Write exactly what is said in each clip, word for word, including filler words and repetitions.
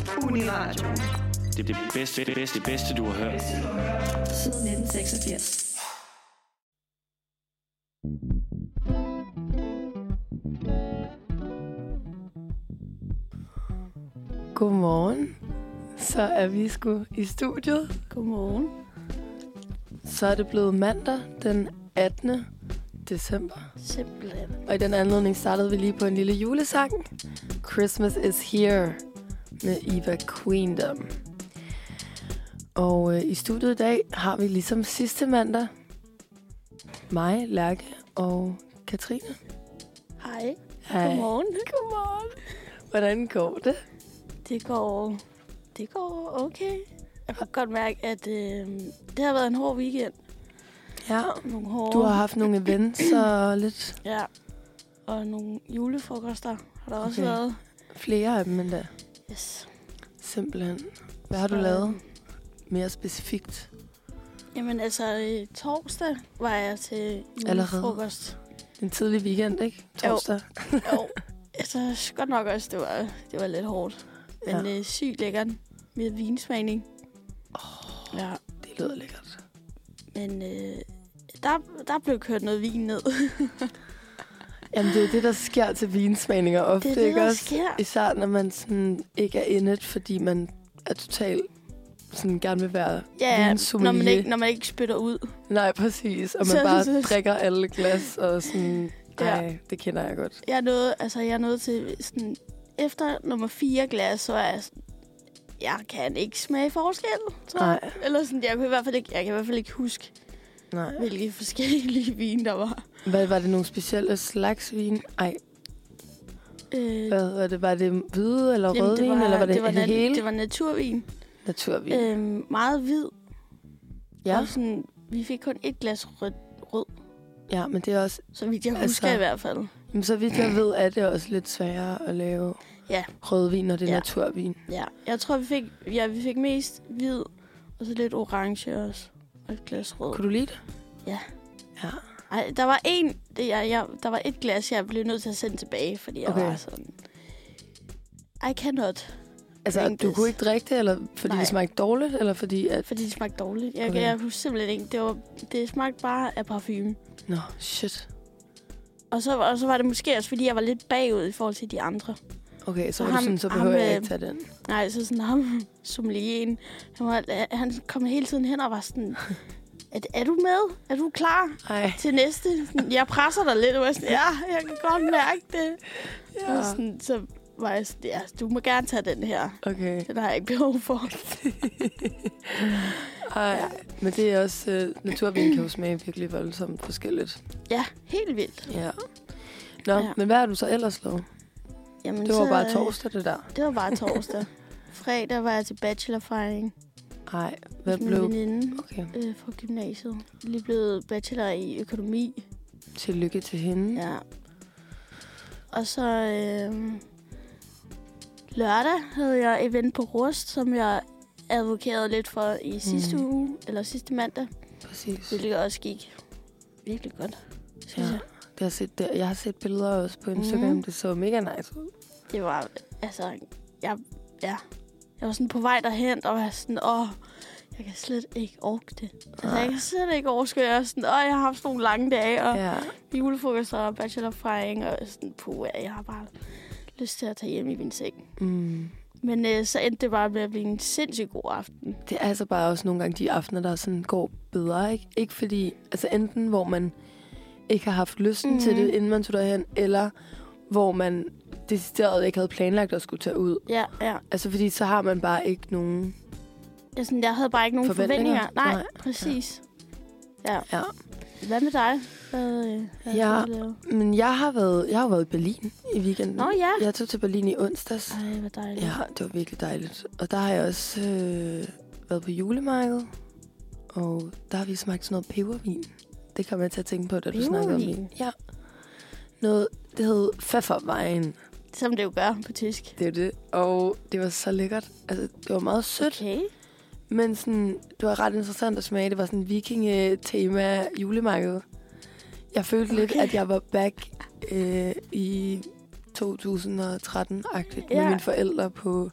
Uniradio. Det er det bedste, det bedste, det bedste, du har hørt. Siden nitten seksogfirs. Godmorgen. Så er vi sgu i studiet. Godmorgen. Så er det blevet mandag den attende december. Simpelthen. Og i den anledning startede vi lige på en lille julesang. Christmas is here med Eva Queendom. Og øh, i studiet i dag har vi ligesom sidste mandag mig, Lærke og Katrine. Hej. Hej. Godmorgen. Godmorgen. Hvordan går det? Det går, det går okay. Jeg kan godt mærke, at øh, det har været en hård weekend. Ja, Nogle hårde. du har haft nogle events og lidt Ja, og nogle julefrokoster har der okay. også Okay. været. flere af dem end da. Yes. Simpelthen. Hvad har du Så, lavet mere specifikt? Jamen altså, øh, torsdag var jeg til Allerede? julefrokost. En tidlig weekend, ikke? Torsdag. Jo, altså godt nok også, det var, det var lidt hårdt. Men Ja. øh, sygt lækkert med vinsmagning. Oh, Ja, det lyder lækkert. men øh, der, der blev kørt noget vin ned. Jamen, det er det, der sker til vinsmagninger ofte, Det er det, ikke der også? sker. Især når man sådan ikke er in it, fordi man er totalt sådan gerne vil være Ja, vinsommelier. når man, ikke, når man ikke spytter ud. Nej, præcis. Og man Så- bare så- drikker alle glas og sådan... Ja. Ej, det kender jeg godt. Jeg er nået, altså jeg er nået til sådan, efter nummer fire glas, så er jeg sådan, jeg kan ikke smage forskel, tror jeg. Nej. Eller sådan, jeg kan i hvert fald ikke, jeg kan i hvert fald ikke huske, Nej. hvilke forskellige vin der var. Hvad var det nogle specielle slags vin? Ej, Øh, hvad var det? Var det hvide eller jamen, rødvin, eller var det det var, det nat- hele? det var naturvin. Naturvin. Øh, meget hvid. ja. Og sådan, vi fik kun et glas rød, rød, ja, men det er også... så vidt jeg Altså- husker i hvert fald. Jamen, så vidt jeg ved, er det også lidt sværere at lave Ja. rødvin, når det er Ja. naturvin. Ja, jeg tror, vi fik, ja, vi fik mest hvid, og så lidt orange også. Og et glas rød. Kunne du lide det? Ja. Ja. Ej, der var en, det, jeg, jeg, der var et glas, jeg blev nødt til at sende tilbage, fordi jeg Okay. var sådan, I cannot, Altså, Drink du this. kunne ikke drikke det, eller fordi Nej. det smagte dårligt, eller fordi at... fordi det smagte dårligt. Jeg, Okay. okay. jeg kunne simpelthen ikke, det, var, det smagte bare af parfume. Nå, shit. Og så, og så var det måske også, fordi jeg var lidt bagud i forhold til de andre. Okay, så Og var du ham- sådan, så ham, behøver jeg øh, ikke tage den. Nej, så sådan ham, sommelien, han, var, han kom hele tiden hen og var sådan, er, er du med? Er du klar Ej. til næste? Sådan, jeg presser dig lidt, og jeg var sådan, ja, jeg kan godt mærke det. Ja. Og sådan, så var jeg sådan, ja, du må gerne tage den her. Okay. Den har jeg ikke behov for. Ej, Ja. men det er også... Uh, naturvin kan jo smage virkelig voldsomt forskelligt. Ja, helt vildt. Ja. Nå, Ja. men hvad har du så ellers lavet? Jamen, Det var så, bare øh, torsdag, det der. Det var bare torsdag. Fredag var jeg til bachelorfejring Ej, hvad hos min blev... veninde Okay, øh, fra gymnasiet. Lige blevet bachelor i økonomi. tillykke til hende. Ja. Og så øh, lørdag havde jeg event på Rust, som jeg advokerede lidt for i sidste Mm. uge, eller sidste mandag. Præcis. Hvilket også gik virkelig godt, synes Ja. jeg. Det har set, det, jeg har set billeder også på Instagram. Mhm. Det så mega nice ud. Det var, altså, jeg, ja, jeg var sådan på vej derhen, og var sådan, åh, jeg kan slet ikke orke det. Altså, Nej. jeg kan slet ikke overskue, jeg er sådan, åh, jeg har haft nogle lange dage, og Ja. julefrokoster og bachelorfejring, og sådan, puh, jeg har bare lyst til at tage hjem i min seng. Mm. Men øh, så endte det bare med at blive en sindssygt god aften. Det er altså bare også nogle gange de aftener, der sådan går bedre, ikke? Ikke fordi, altså enten hvor man ikke har haft lysten mm-hmm. til Mhm. det, inden man tog derhen, eller hvor man decideret ikke havde planlagt at skulle tage ud. Ja, ja. Altså fordi så har man bare ikke nogen... Jeg, sådan, jeg havde bare ikke nogen Forventninger? forventninger. Nej, Nej. præcis. Ja. Ja. Hvad med dig? Hvad, øh, hvad Ja. har du lavet? Men jeg har været, jeg har været i Berlin i weekenden. Nå ja. Jeg tog til Berlin i onsdags. Ej, hvor dejligt. Ja, det var virkelig dejligt. Og der har jeg også øh, været på julemarkedet. Og der har vi smagt sådan noget pebervin. Det kommer jeg til at tænke på, da du snakkede om Pebervin? vin. Ja. Noget, det hed Pfefferwein. Som det jo gør på tysk. Det er det. Og det var så lækkert. Altså, det var meget sødt. Okay. Men sådan, det var ret interessant at smage. Det var sådan en vikinge-tema julemarked. Jeg følte okay. lidt, at jeg var back øh, i to tusind og tretten-agtigt Ja. med mine forældre på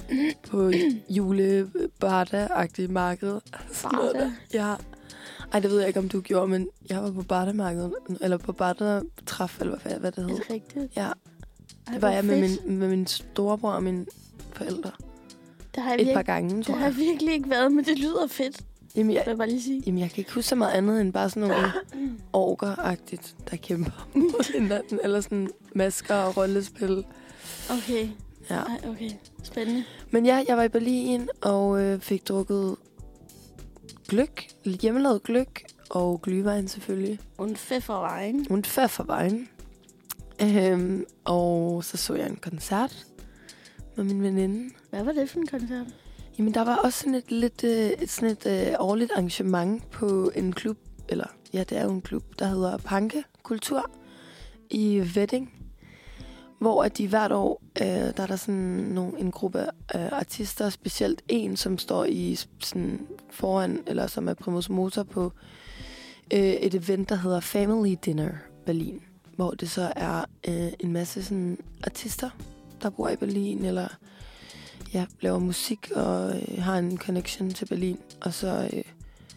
på jule-barda-agtige marked. Barda? Ja. Ej, det ved jeg ikke, om du gjorde, men jeg var på barda-markedet, eller på barda-træf, eller hvad, hvad det Er hed. det rigtigt? Ja, Ej, det var hvor jeg med fedt. min, med min storebror og mine forældre. Det har jeg, Et par virkelig, gange, det tror har jeg jeg. virkelig ikke været, men det lyder fedt. Jamen, jeg, Vil jeg bare lige sige. jamen, jeg kan ikke huske så meget andet, end bare sådan nogle orker-agtigt, der kæmper mod hinanden. Eller sådan masker og rollespil. Okay. Ja. Ej, okay. Spændende. Men ja, jeg var i Berlin og øh, fik drukket gløgg, hjemmelavet gløgg og glühwein selvfølgelig. Und Pfefferwein. Und Pfefferwein. Øhm, og så så jeg en koncert med min veninde. Hvad var det for en koncert? Jamen, der var også sådan et, lidt, øh, et, sådan et øh, årligt arrangement på en klub, eller ja, det er jo en klub, der hedder Panke Kultur i Wedding, hvor at de hvert år, øh, der er der sådan nogle, en gruppe øh, artister, specielt en, som står i sådan foran, eller som er primus motor på øh, et event, der hedder Family Dinner Berlin, hvor det så er øh, en masse sådan artister, der bor i Berlin, eller ja, laver musik og øh, har en connection til Berlin, og så øh,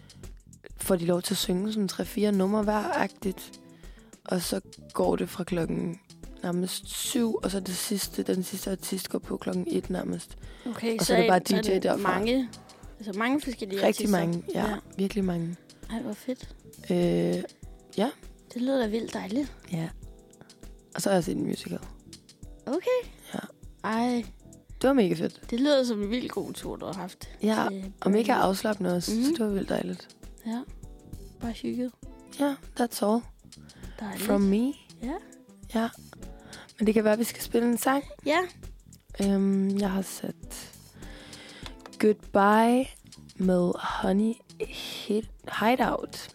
får de lov til at synge sådan tre-fire numre hver-agtigt, og så går det fra klokken nærmest syv, og så det sidste, den sidste artist går på klokken et nærmest. Okay, Og så er det bare D J så er det derfra. mange, altså mange forskellige Rigtig artister. mange, ja, Ja. ja, virkelig mange. Ej, hvor fedt. Øh, Det lyder da vildt dejligt. ja. Og så har jeg set en musical. Okay. Ja. Ej, Det var mega fedt. det lyder som en vildt god tur, du har haft. Ja, til og mega Berlin. afslappende også, Mhm. så det var vildt dejligt. Ja, bare hygget. Ja, that's all Dejligt. from me. Ja. Ja. Men det kan være, at vi skal spille en sang. Ja, Um, jeg har sat Goodbye med Honey Hit Hideout.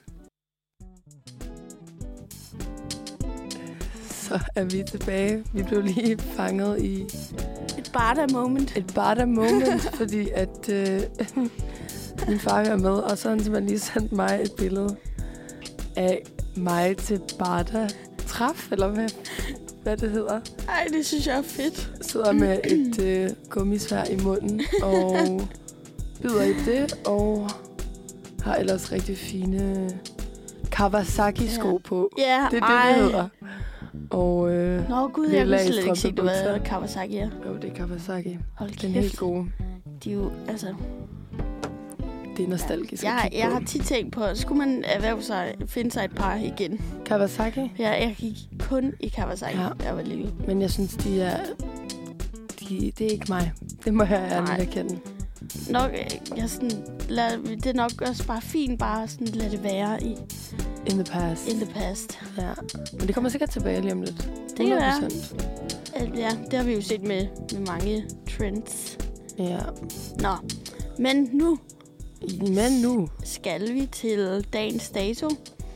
Så er vi tilbage. Vi blev lige fanget i et barda moment. et barda moment, fordi at øh, min far var med, og så har han simpelthen lige sendt mig et billede af mig til barda træf, eller hvad, hvad det hedder. Ej, det synes jeg er fedt. Sidder med et øh, gummisvær i munden og bider i det, og har ellers rigtig fine Kawasaki-sko Ja. på. Ja, Det er det, ej. det hedder. Og øh, Nå gud, det er jeg kunne slet ikke lag se, du havde strømpebukser. Kawasaki. Ja. Jo, det er Kawasaki. Hold Den er helt kæft. gode. De er jo, altså... Det er nostalgisk Jeg, at kigge jeg på. har tit tænkt på, skulle man erhverve sig, finde sig et par igen. Kawasaki, Jeg, jeg gik kun i Kawasaki, Ja. da jeg var lille. men jeg synes, de er... De, det er ikke mig. Det må jeg ærligt Nej. erkende. Nok, øh, jeg sådan, lad, det er nok også bare fint, bare sådan lade det være i In the past. in the past. Ja. Men det kommer sikkert tilbage lige om lidt. Det kan være. procent. Øh, Ja, det har vi jo set med, med mange trends. Ja. Nå, men nu Men nu... skal vi til dagens dato.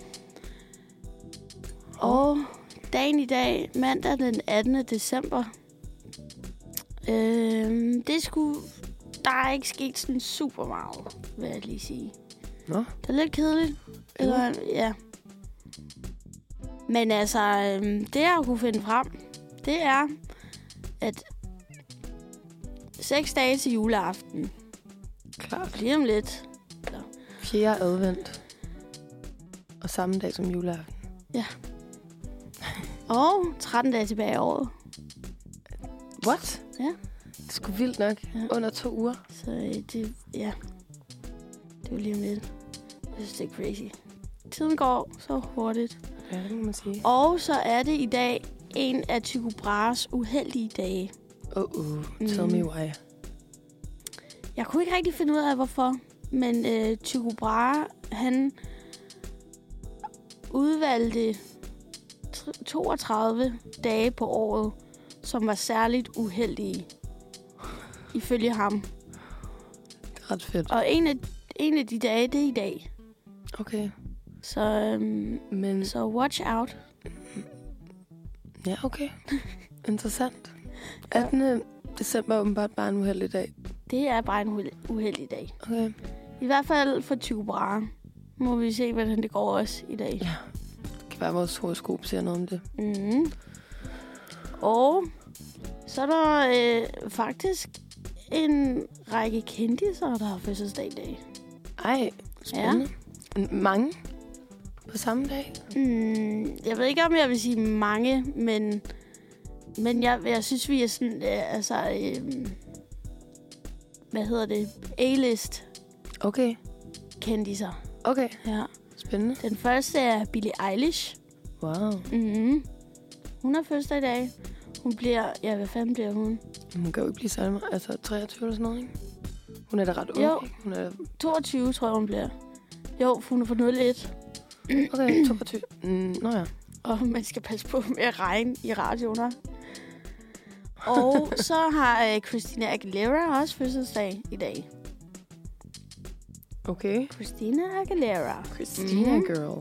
Og dagen i dag, mandag den attende december. Øhm, det skulle... Der er ikke sket sådan super meget, vil jeg lige sige. Nå. Det er lidt kedeligt. Eller, ja. Men altså, øhm, det jeg kunne finde frem, det er, at seks dage til juleaften. Klart. Lige om lidt. Fjerde advent. Og samme dag som juleaften. Og tretten dage tilbage i året. What? Ja. Det er sgu vildt nok. Ja. Under to uger. Så øh, det, ja. Det er jo lige om lidt. Jeg synes, det er crazy. Tiden går så hurtigt. Ja, det må man sige. Og så er det i dag en af Tycho Brahes uheldige dage. Oh, oh. Tell Mm. me why. Jeg kunne ikke rigtig finde ud af, hvorfor. Men øh, Tycho Brahe, han udvalgte tr- toogtredive dage på året, som var særligt uheldige. Ifølge ham. Det er ret fedt. Og en af, en af de dage, det er i dag. Okay. Så, øhm, Men så watch out. ja, okay. Interessant. attende december er åbenbart bare en uheldig dag. Det er bare en uheld- uheldig dag. Okay. I hvert fald for Tycho Brahe. Må vi se, hvordan det går også i dag. Ja. Det kan være, vores horoskop siger noget om det. Mm. Og så er der øh, faktisk en række kendiser, der har fødselsdag i dag. Ej, spændende. Ja. Mange på samme dag? Mm, jeg ved ikke, om jeg vil sige mange, men, men jeg, jeg synes, vi er sådan, øh, altså, øh, hvad hedder det, A-list Okay. kendiser. Okay, Ja. spændende. Den første er Billie Eilish. Wow. Mm-hmm. Hun har fødselsdag i dag. Hun bliver, ja, hvad fanden bliver hun? Hun kan jo ikke blive særlig, altså treogtyve eller sådan noget, ikke? Hun er da ret ung, Jo. ikke? Hun er, toogtyve, tror jeg, hun bliver. Jo, for hun er fra nul et. okay, toogtyve. Mm, nå ja. Og man skal passe på med at regne i radioen. her. Og så har øh, Christina Aguilera også fødselsdag i dag. Okay. Christina Aguilera. Christina Mhm. girl.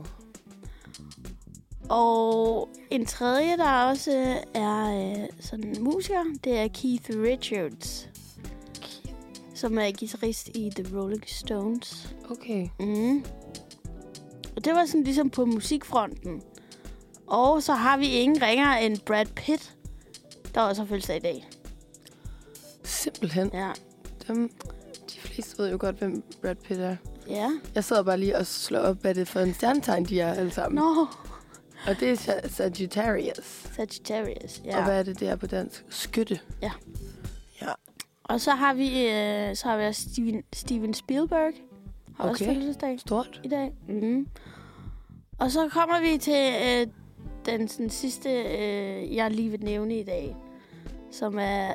Og en tredje, der også er øh, sådan en musiker, det er Keith Richards. Som er guitarist i The Rolling Stones. Okay. Mm. Og det var sådan ligesom på musikfronten. Og så har vi ingen ringere end Brad Pitt, der også har fødselsdag i dag. Simpelthen. Ja. Dem, de fleste ved jo godt, hvem Brad Pitt er. Ja. Jeg sidder bare lige og slår op, hvad det er for en stjernetegn, de er alle sammen. Nå. Og det er Sa- Sagittarius. Sagittarius, Ja. Og ja. hvad er det, det er på dansk? Skytte. Ja. Ja. Og så har vi, øh, så har vi også Steven, Steven Spielberg. Har okay. også Okay. fødselsdag Stort. i dag. Mm. Og så kommer vi til øh, den sådan, sidste, øh, jeg lige vil nævne i dag. Som er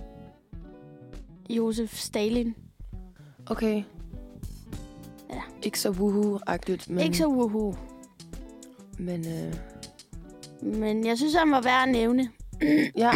Josef Stalin. Okay. Ja. Ikke så woohoo-agtigt, men... Ikke så woohoo. Men, øh, Men jeg synes, han var værd at nævne. ja.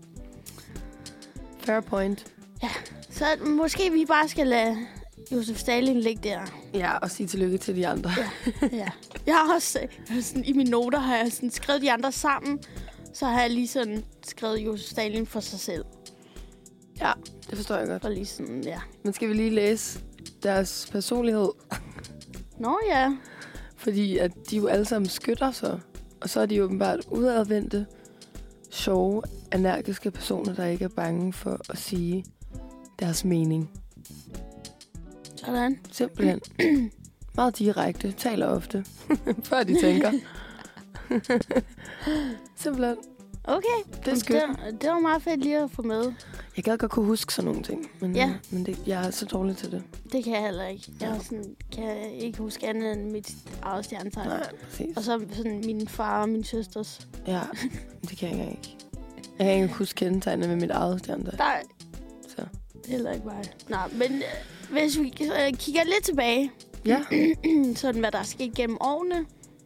Fair point. Så måske vi bare skal lade Josef Stalin ligge der. Ja, og sige tillykke til de andre. Ja. Ja. Jeg har også jeg har sådan, i mine noter har jeg sådan skrevet de andre sammen. Så har jeg lige sådan skrevet Josef Stalin for sig selv. Ja, det forstår jeg godt. Og lige sådan, ja. Men skal vi lige læse deres personlighed? Nå ja. Fordi at de jo alle sammen skytter sig. Og så er de åbenbart udadvendte, sjove, energiske personer, der ikke er bange for at sige deres mening. Sådan. Simpelthen. Meget direkte. Taler ofte. Før de tænker. Simpelthen. Okay. Det er skønt. Det, det var meget fedt lige at få med. Jeg gad godt kunne huske sådan nogle ting. Men, Ja. øh, men det, jeg er så dårlig til det. Det kan jeg heller ikke. Jeg er sådan, kan ikke huske andet end mit eget stjernetegn. Nej, præcis. Og så sådan min far og min søsters. Ja, det kan jeg ikke. Jeg kan ikke huske kendetegnene med mit eget stjernetegn. Nej, Så. heller ikke mig. Nej, men øh, hvis vi øh, kigger lidt tilbage, Ja. sådan hvad der er sket gennem årene,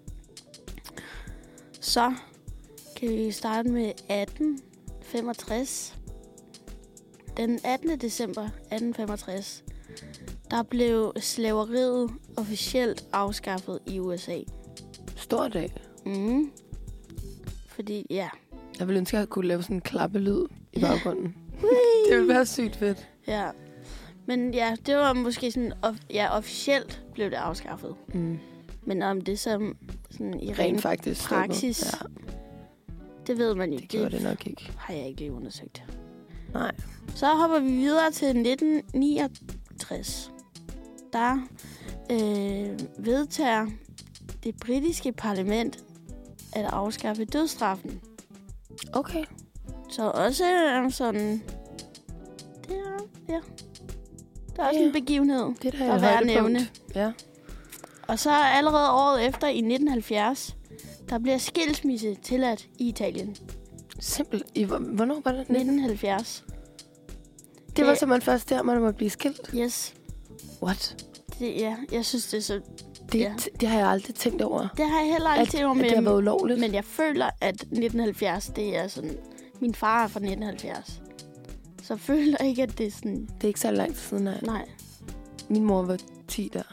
så kan vi starte med atten femogtres. Den attende december atten femogtres, der blev slaveriet officielt afskaffet i U S A. Stor dag. Mm. Fordi, ja. Jeg ville ønske, at jeg kunne lave sådan en klappelyd i Ja. baggrunden. Det ville være sygt fedt. Ja. Men ja, det var måske sådan, of- ja, officielt blev det afskaffet. Mm. Men om det som sådan i ren Rent faktisk. stoppet. praksis, Ja, det ved man jo det ikke. gjorde det nok ikke. Har jeg ikke lige undersøgt. Nej. Så hopper vi videre til nitten niogtres. Der øh, vedtager det britiske parlament at afskaffe dødsstraffen. Okay. Så også øh, sådan... Det er, ja. Der er også Ja. en begivenhed. Det er da Der er et værd at højdepunkt. nævne. Ja. Og så allerede året efter, i nitten halvfjerds, der bliver skilsmisse tilladt i Italien. Simpelt. I, hvor- hvornår var det? nitten halvfjerds. Det var det- simpelthen først der, man må blive skilt. Yes. What? Det, ja, jeg synes, det er så... Det, Ja. det har jeg aldrig tænkt over. Det har jeg heller aldrig At, tænkt over at det har med, været ulovligt. men jeg føler, at nitten halvfjerds, det er sådan... Min far er fra nitten halvfjerds. Så jeg føler ikke, at det er sådan... Det er ikke så lang tid siden, nej. Nej. Min mor var ti der.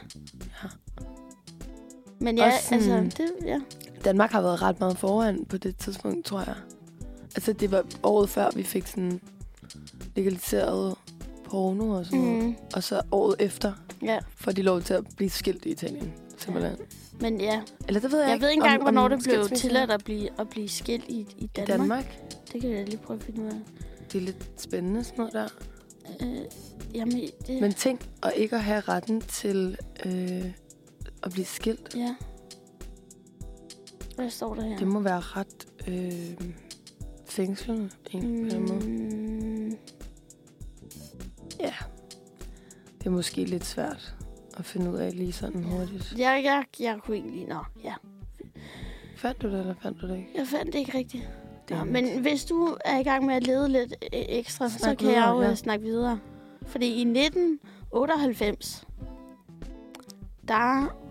Men ja, Også sådan- altså... Det, ja. Danmark har været ret meget foran på det tidspunkt, tror jeg. Altså, det var året før, vi fik sådan legaliseret porno og sådan noget. Mm, Og så året efter ja. får de lov til at blive skilt i Italien. Simpelthen. Men ja, Eller det ved jeg, jeg ikke. ved ikke engang, om- hvornår om det blev skilsmisse tilladt at blive, at blive skilt i, i i Danmark. Danmark. Det kan jeg lige prøve at finde ud af. Det er lidt spændende, sådan noget der. Øh, jamen, det... Men tænk at ikke at have retten til øh, at blive skilt. Ja. Hvad står der her? Det må være ret øh, fængslende, egentlig, på den måde. Mm, Ja. Det er måske lidt svært at finde ud af lige sådan hurtigt. jeg, jeg, jeg kunne egentlig... Nå, ja. Fandt du det, eller fandt du det ikke? Jeg fandt det ikke rigtigt. Nå, Dammit. men hvis du er i gang med at lede lidt øh, ekstra, Snak så kan videre, jeg jo ja. ja. snakke videre. Fordi i nitten otteoghalvfems, der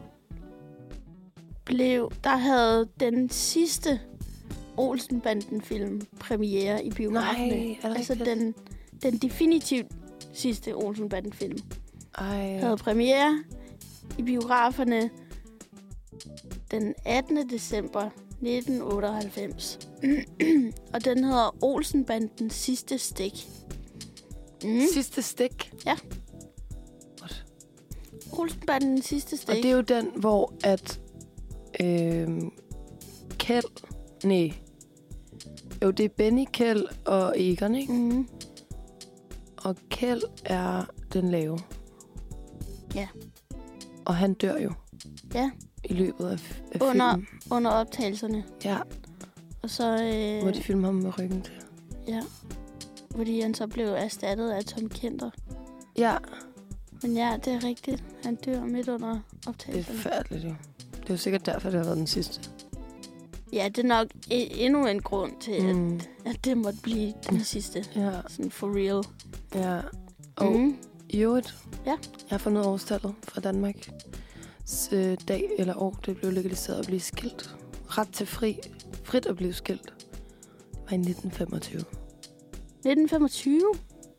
blev, der havde den sidste Olsen-banden-film premiere i biograferne. Nej, er det Altså rigtigt? den, den definitivt sidste Olsen-banden-film Ej, havde premiere i biograferne den attende december nitten otteoghalvfems. Og den hedder Olsen-bandens sidste stik. Mm. sidste stik. Ja. What? Olsen-bandens sidste stik. Og det er jo den, hvor at øh, Kjeld, nej, jo det er Benny, Kjeld og Egon, ikke? Mm. Og Kjeld er den lave. Ja. Og han dør jo. Ja. I løbet af, af Under- filmen. Under optagelserne. Ja, Og så... Øh, hvor de filmer ham med ryggen til. ja. Fordi han så blev erstattet af Tom Kenter. Ja, Men ja, det er rigtigt. Han dør midt under det er optagelserne. forfærdeligt jo. Det er jo sikkert derfor, det har været den sidste. Ja, det er nok e- endnu en grund til, at, Mm. at det måtte blive den sidste. Ja, Sådan for real. ja. Og Mm. i øvrigt, Ja. jeg har fundet årstallet fra Danmark. Så dag eller år, det blev legaliseret at blive skilt. Ret til fri, frit at blive skilt. Det var i nitten femogtyve. nitten femogtyve?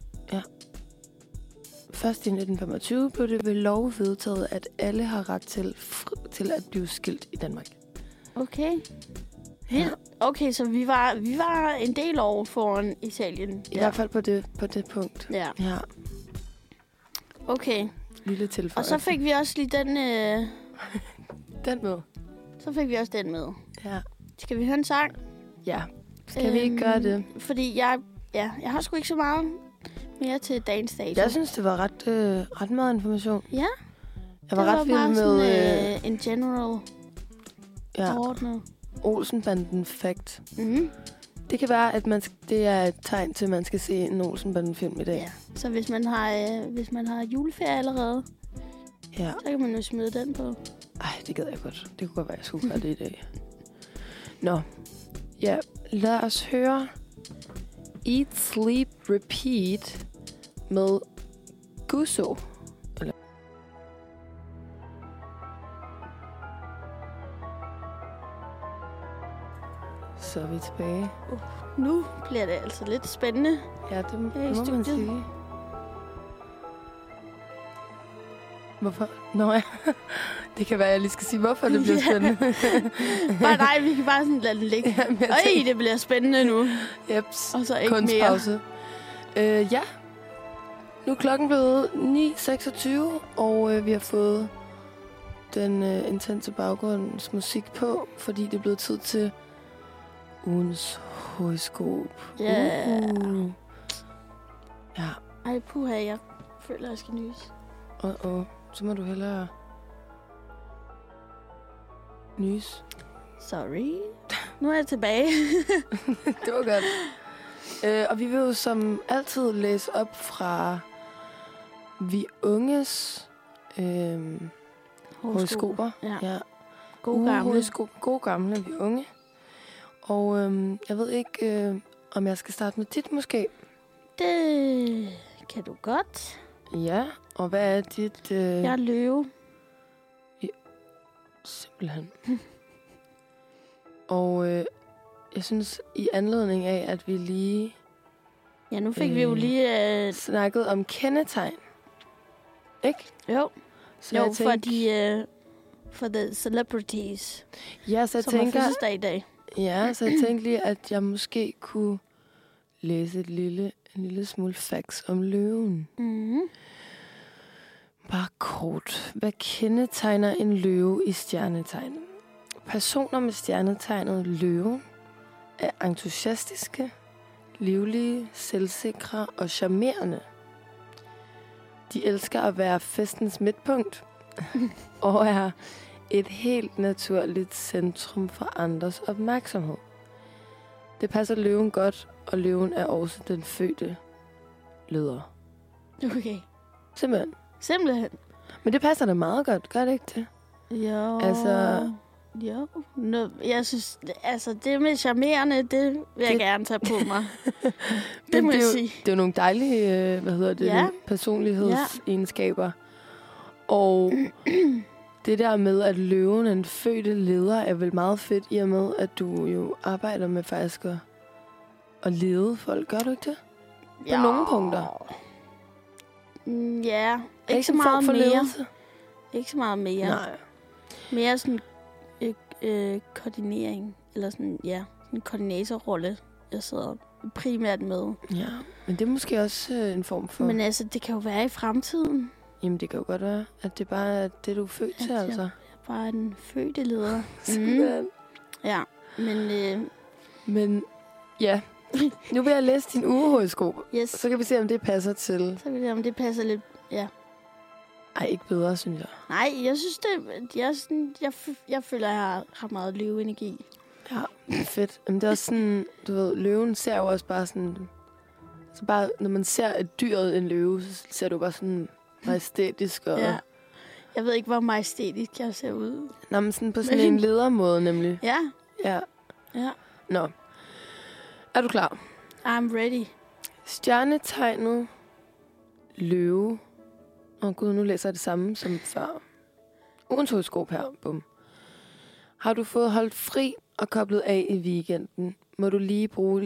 Først i nitten femogtyve blev det ved lov vedtaget, at alle har ret til, fri, til at blive skilt i Danmark. Okay. Vildt. Okay, så vi var, vi var en del år foran Italien. I hvert fald på det, på det punkt. Ja, Ja, okay. lille Og tilføjelse. så fik vi også lige den, øh, den med. så fik vi også den med. Ja. Skal vi høre en sang? Ja. Skal vi ikke gøre det? Fordi jeg, ja, jeg har sgu ikke så meget mere til dagens dato. Jeg synes, det var ret, øh, ret meget information. Ja, Jeg var det ret var vild bare med sådan, øh, øh, en general ja, ordnet. Olsen-banden fact. Mm. Det kan være, at man sk- det er et tegn til, at man skal se en Olsen-banden-film i dag. Ja. Så hvis man har, øh, hvis man har juleferie allerede, Ja. så kan man jo smide den på. Ej, det gad jeg godt. Det kunne godt være, at jeg skulle gøre det i dag. Nå. Ja, lad os høre Eat, Sleep, Repeat med Gusso. Eller... Så er vi tilbage. Nu bliver det altså lidt spændende. Ja, det, det Her i må man studiet. sige. Hvorfor? Nå ja, det kan være, at jeg lige skal sige, hvorfor det bliver Ja. spændende. Bare nej, vi kan bare sådan lade den ligge. Jamen, jeg Øj, tænkte- det bliver spændende nu. Jeps. Og så ikke mere. Kunstpause. Øh, ja. Nu er klokken blevet ni seksogtyve, og øh, vi har fået den øh, intense baggrundsmusik på, fordi det er blevet tid til ugens horoskop. Ja. Uh. Ja, Ej, puha, jeg føler, jeg skal nys. og, og så må du hellere nys. Sorry. Nu er jeg tilbage. Det var godt. Øh, og vi vil jo som altid læse op fra Vi Unges øh, horoskoper. Ja. Ja. God gamle. Horoskop. Gode gamle Vi Unge. Og øh, jeg ved ikke, øh, om jeg skal starte med dit måske. Det kan du godt. Ja, og hvad er dit... Øh, Jeg er løve. Simpelthen. og øh, jeg synes, i anledning af, at vi lige Ja, nu fik øh. vi jo Øh. lige... Øh, snakkede om kendetegn. Ikke? jo, Så jo jeg for de... Øh, for the celebrities, ja, så jeg som har tænker, fødselsdag i dag. ja, så jeg tænkte lige, at jeg måske kunne læse et lille, en lille smule facts om løven. Mm-hmm. Bare kort. Hvad kendetegner en løve i stjernetegn? Personer med stjernetegnet løven er entusiastiske, livlige, selvsikre og charmerende. De elsker at være festens midtpunkt og er et helt naturligt centrum for andres opmærksomhed. Det passer løven godt, og løven er også den fødte leder. Okay. Simpelthen. Simpelthen. Men det passer da meget godt, gør det ikke det? Jo. Altså... Jo. Nå, jeg synes, altså det med charmerende, det vil jeg Det- gerne tage på mig. det Men må det jeg er jo, sige. Det er jo nogle dejlige, øh, hvad hedder det, Ja. personlighedsegenskaber. Og det der med, at løven er en fødte leder, er vel meget fedt i og med, at du jo arbejder med faktisk at, at lede folk. Gør du ikke det? På nogle punkter. Mm, ja, Er ikke så en form meget for mere. ledelse? Ikke så meget mere. Nej. Mere sådan øh, øh, koordinering. Eller sådan, ja, en koordinatorrolle, jeg sidder primært med. Ja, men det er måske også øh, en form for... Men altså, det kan jo være i fremtiden. Jamen, det kan jo godt være, at det bare er det, du er født til, At jeg- altså. Bare en fødte leder. Sådan. Ja, men øh, Men ja, nu vil jeg læse din ugehoroskop. yes, Så kan vi se, om det passer til... så vil jeg, om det passer lidt. Ja. Ej, ikke bedre, synes jeg. Nej, jeg synes det, jeg, er sådan, jeg, f- jeg føler, jeg har, har meget løveenergi. Ja, det er fedt. Men det er også sådan, du ved, løven ser jo også bare sådan... Så bare, når man ser et dyret en løve, så ser du bare sådan majestætisk og... Ja. Jeg ved ikke, hvor majestætisk jeg ser ud. Nå, men sådan på sådan Men- en ledermåde, nemlig. Ja, Ja. ja. Nå. Er du klar? I'm ready. Stjernetegnet løve. Åh oh, gud, nu læser jeg det samme som før. Ugens horoskop her. Bum. Har du fået holdt fri og koblet af i weekenden, må du lige bruge...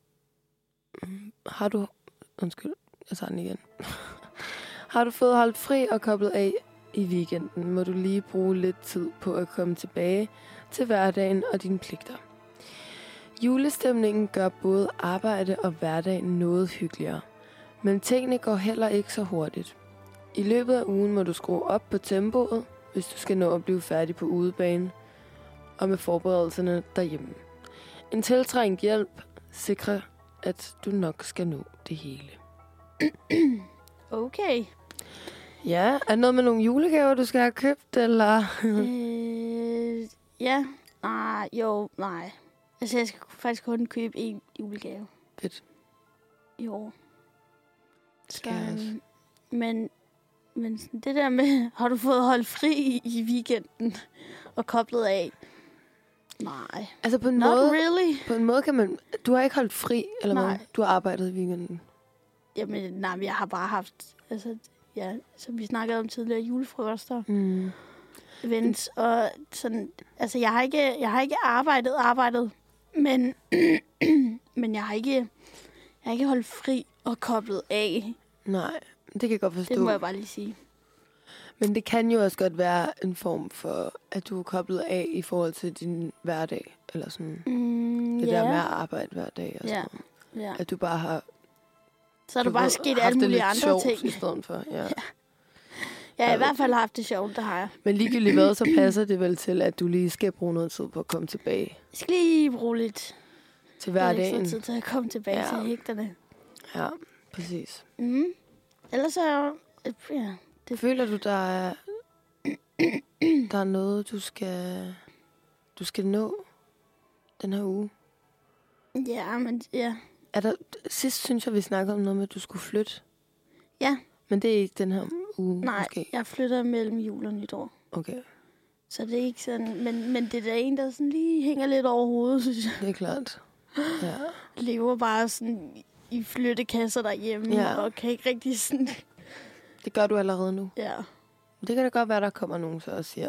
Har du... Undskyld, jeg tager den igen. Har du fået holdt fri og koblet af i weekenden, må du lige bruge lidt tid på at komme tilbage til hverdagen og dine pligter. Julestemningen gør både arbejde og hverdag noget hyggeligere. Men tingene går heller ikke så hurtigt. I løbet af ugen må du skrue op på tempoet, hvis du skal nå at blive færdig på udebane og med forberedelserne derhjemme. En tiltrængt hjælp sikrer, at du nok skal nå det hele. Okay. Ja, er det noget med nogle julegaver, du skal have købt, eller? øh, ja. Nej, jo, nej. Altså, jeg skal faktisk kun købe en julegave Fedt. i år. Skal jeg også. øhm, men, men sådan det der med, har du fået holdt fri i, i weekenden og koblet af? Nej. Altså på en, Not måde, really. på en måde kan man... Du har ikke holdt fri, eller hvad? Nej. Du har arbejdet i weekenden. Jamen, nej, men jeg har bare haft, altså, ja, som vi snakkede om tidligere, julefrokoster, Mm. events, og sådan, altså, jeg har ikke, jeg har ikke arbejdet, arbejdet, men, men jeg har ikke, jeg har ikke holdt fri og koblet af. Nej, det kan jeg godt forstå. Det må jeg bare lige sige. Men det kan jo også godt være en form for, at du er koblet af i forhold til din hverdag. Eller sådan Mm, det ja. der med at arbejde hver dag. Og Ja. sådan noget. Ja. At du bare har Så er du der bare ved, sket haft alle det mulige lidt andre sjovt ting. i stedet for. Ja. Ja. Jeg har i hvert fald haft det sjovt, det har jeg. Men ligegyldigt hvad, så passer det vel til, at du lige skal bruge noget tid på at komme tilbage Jeg skal lige bruge lidt til lidt hverdagen. ekstra tid til at komme tilbage Ja. til hægterne. Ja, præcis. Mm. Ellers så, ja, Det føler du, der er, der er noget, du skal, du skal nå den her uge? ja, men ja. Er der, sidst synes jeg, vi snakkede om noget med, at du skulle flytte. Ja. Men det er ikke den her uge, Nej, måske? jeg flytter mellem jul og nytår. Okay, Så det er ikke sådan, men, men det er da en, der sådan lige hænger lidt over hovedet, synes jeg. det er klart. Ja. Lever bare sådan i flyttekasser derhjemme, Ja. ja. og kan ikke rigtig sådan, Det gør du allerede nu. ja. Det kan da godt være, der kommer nogen så og siger,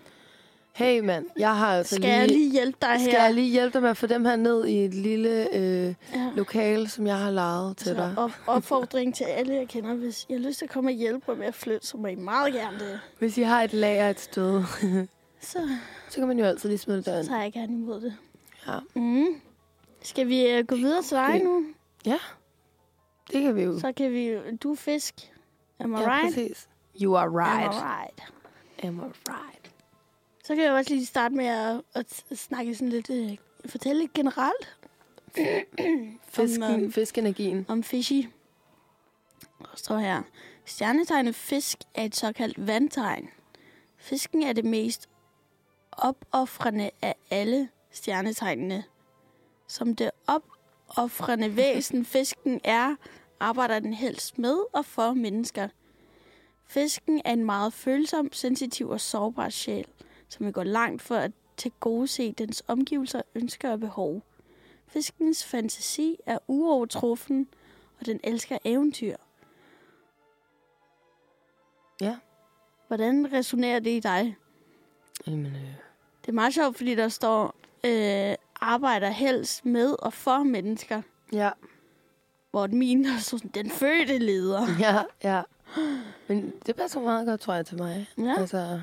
hey mand, jeg har altså Skal lige... jeg lige hjælpe dig Skal her? jeg lige hjælpe dig med at få dem her ned i et lille øh, Ja. lokale, som jeg har lejet til dig? Så op, opfordring til alle, jeg kender. Hvis I har lyst til at komme og hjælpe mig med at flytte, så må I meget gerne det. Hvis I har et lager et sted, Så, så kan man jo altid lige smide det derind. så har jeg gerne imod det. Ja. Mm. Skal vi uh, gå videre til dig nu? Ja, det kan vi jo. Så kan vi... Du er fisk. Am I Ja, right? præcis. You are right. Am I right? Am I right? Så kan jeg også lige starte med at, at snakke sådan lidt... Uh, fortælle lidt generelt Fisken, Om, øhm, fiskenergien. om fishy. Der står her. Stjernetegnet fisk er et såkaldt vandtegn. Fisken er det mest opoffrende af alle stjernetegnene. Som det opoffrende væsen fisken er, arbejder den helst med og for mennesker. Fisken er en meget følsom, sensitiv og sårbar sjæl, som vil gå langt for at tilgodese dens omgivelser, ønsker og behov. Fiskens fantasi er uovertruffen, og den elsker eventyr. Ja. Hvordan resonerer det i dig? Jamen, øh... Det er meget sjovt, fordi der står, øh, arbejder helst med og for mennesker. Ja. Hvor min er sådan, den fødte leder. Ja, ja. Men det passer meget godt, tror jeg, til mig. Ja. Altså,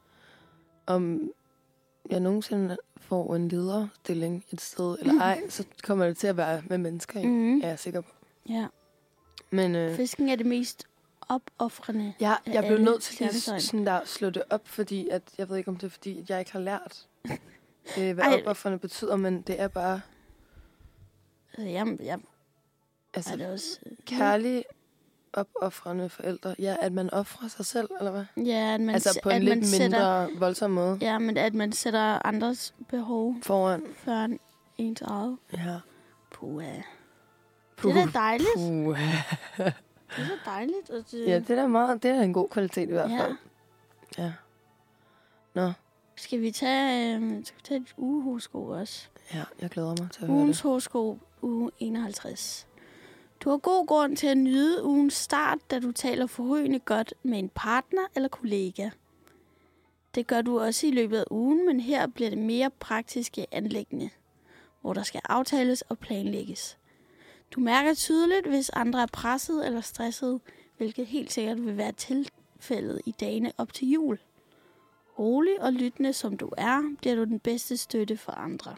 om jeg nogensinde får en lederstilling et sted, eller ej, så kommer det til at være med mennesker, ikke? Mm. Er jeg sikker på. Ja. Men, øh, Fisken er det mest opoffrende. ja, af jeg blev alle nødt til lige stjernetegn. sådan der slå det op, fordi at, jeg ved ikke, om det er, fordi at jeg ikke har lært, øh, hvad Ej. opoffrende betyder, men det er bare Altså, jeg, jeg altså, er det også... kærlig, opoffrende forældre. Ja, at man offrer sig selv, eller hvad? Ja, at man, Altså på en at lidt man mindre sætter, voldsom måde. ja, men at man sætter andres behov Foran. før ens eget. Ja. Puh, ja. Puh. Det er da dejligt. Puh. Det er så dejligt. At, øh, Ja, det er da meget, det er en god kvalitet i hvert fald. Ja. Ja. Nå, Skal vi tage, øh, skal vi tage et ugehoroskop også? ja, jeg glæder mig til at høre Ugens det. horoskop, uge enoghalvtreds. Du har god grund til at nyde ugens start, da du taler forrygende godt med en partner eller kollega. Det gør du også i løbet af ugen, men her bliver det mere praktiske anliggende, hvor der skal aftales og planlægges. Du mærker tydeligt, hvis andre er presset eller stresset, hvilket helt sikkert vil være tilfældet i dagene op til jul. Rolig og lyttende som du er, bliver du den bedste støtte for andre.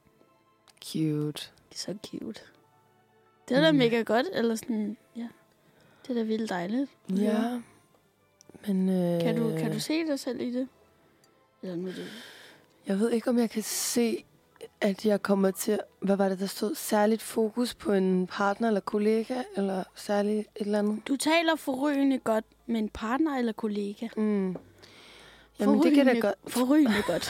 Cute. Så cute. Det er da Mm. mega godt, eller sådan, ja. Det er da vildt dejligt. Ja. Men, øh, Kan du, kan du se dig selv i det? Eller nu er det... Jeg ved ikke, om jeg kan se, at jeg kommer til... Hvad var det, der stod? Særligt fokus på en partner eller kollega? Eller særligt et eller andet? Du taler forrygende godt med en partner eller kollega. Mm. Jamen, det kan da godt... Forrygende godt.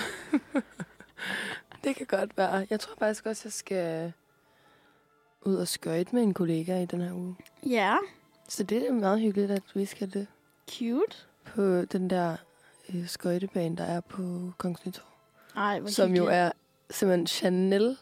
Det kan godt være. Jeg tror faktisk også, jeg skal ud og skøjte med en kollega i den her uge. Ja, Så det er meget hyggeligt, at vi skal det cute. på den der øh, skøjtebane, der er på Kongens Nytorv. Ej, hvor Som jo hyggeligt. er simpelthen Chanel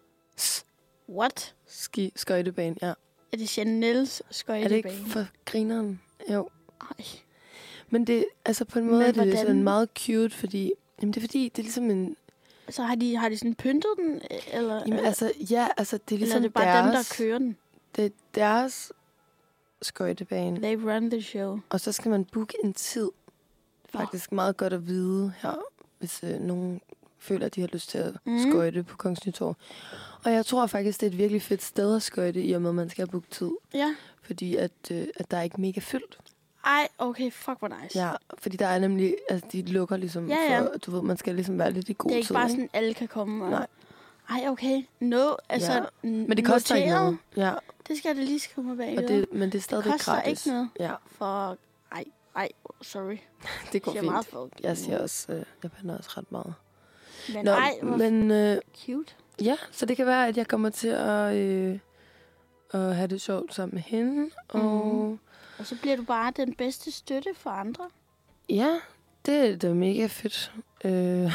What? ski skøjtebane, ja. Er det Chanels Er det skøjtebane? ikke for grineren? Jo. Ej. Men det, altså på en måde Men er det hvordan? sådan meget cute, fordi... Jamen det er fordi, det er ligesom en... Så har de, har de sådan pyntet den? Eller, Jamen eller, altså, ja, altså det er eller ligesom er det bare deres... dem, der kører den? Det er deres skøjtebane. They run the show. Og så skal man booke en tid. Faktisk meget godt at vide her, hvis øh, nogen føler, at de har lyst til at Mhm. mm. skøjte på Kongens Nytorv. Og jeg tror faktisk, det er et virkelig fedt sted at skøjte, i og med, at man skal have booket tid. Ja. Fordi at, øh, at der er ikke mega fyldt. Ej, okay, fuck, hvor nice. Ja, fordi der er nemlig, altså de lukker ligesom Ja, ja. for, du ved, man skal ligesom være lidt i god Det er ikke tid. bare sådan, alle kan komme. Og... Nej. Ej, okay. No, altså Ja. Men det koster ikke noget. Ja, Det skal jeg da lige skrive mig bag. og det, men det er det stadigvæk koster gratis. ikke noget. Ja, For... Ej, ej, sorry. det går Det er fint. meget for... Jeg siger også, øh, jeg pander også ret meget. Men Nå, ej, hvor men øh, cute. ja, så det kan være, at jeg kommer til at, øh, at have det sjovt sammen med hende. Og Mhm. Og så bliver du bare den bedste støtte for andre. ja, det, det er mega fedt. Øh,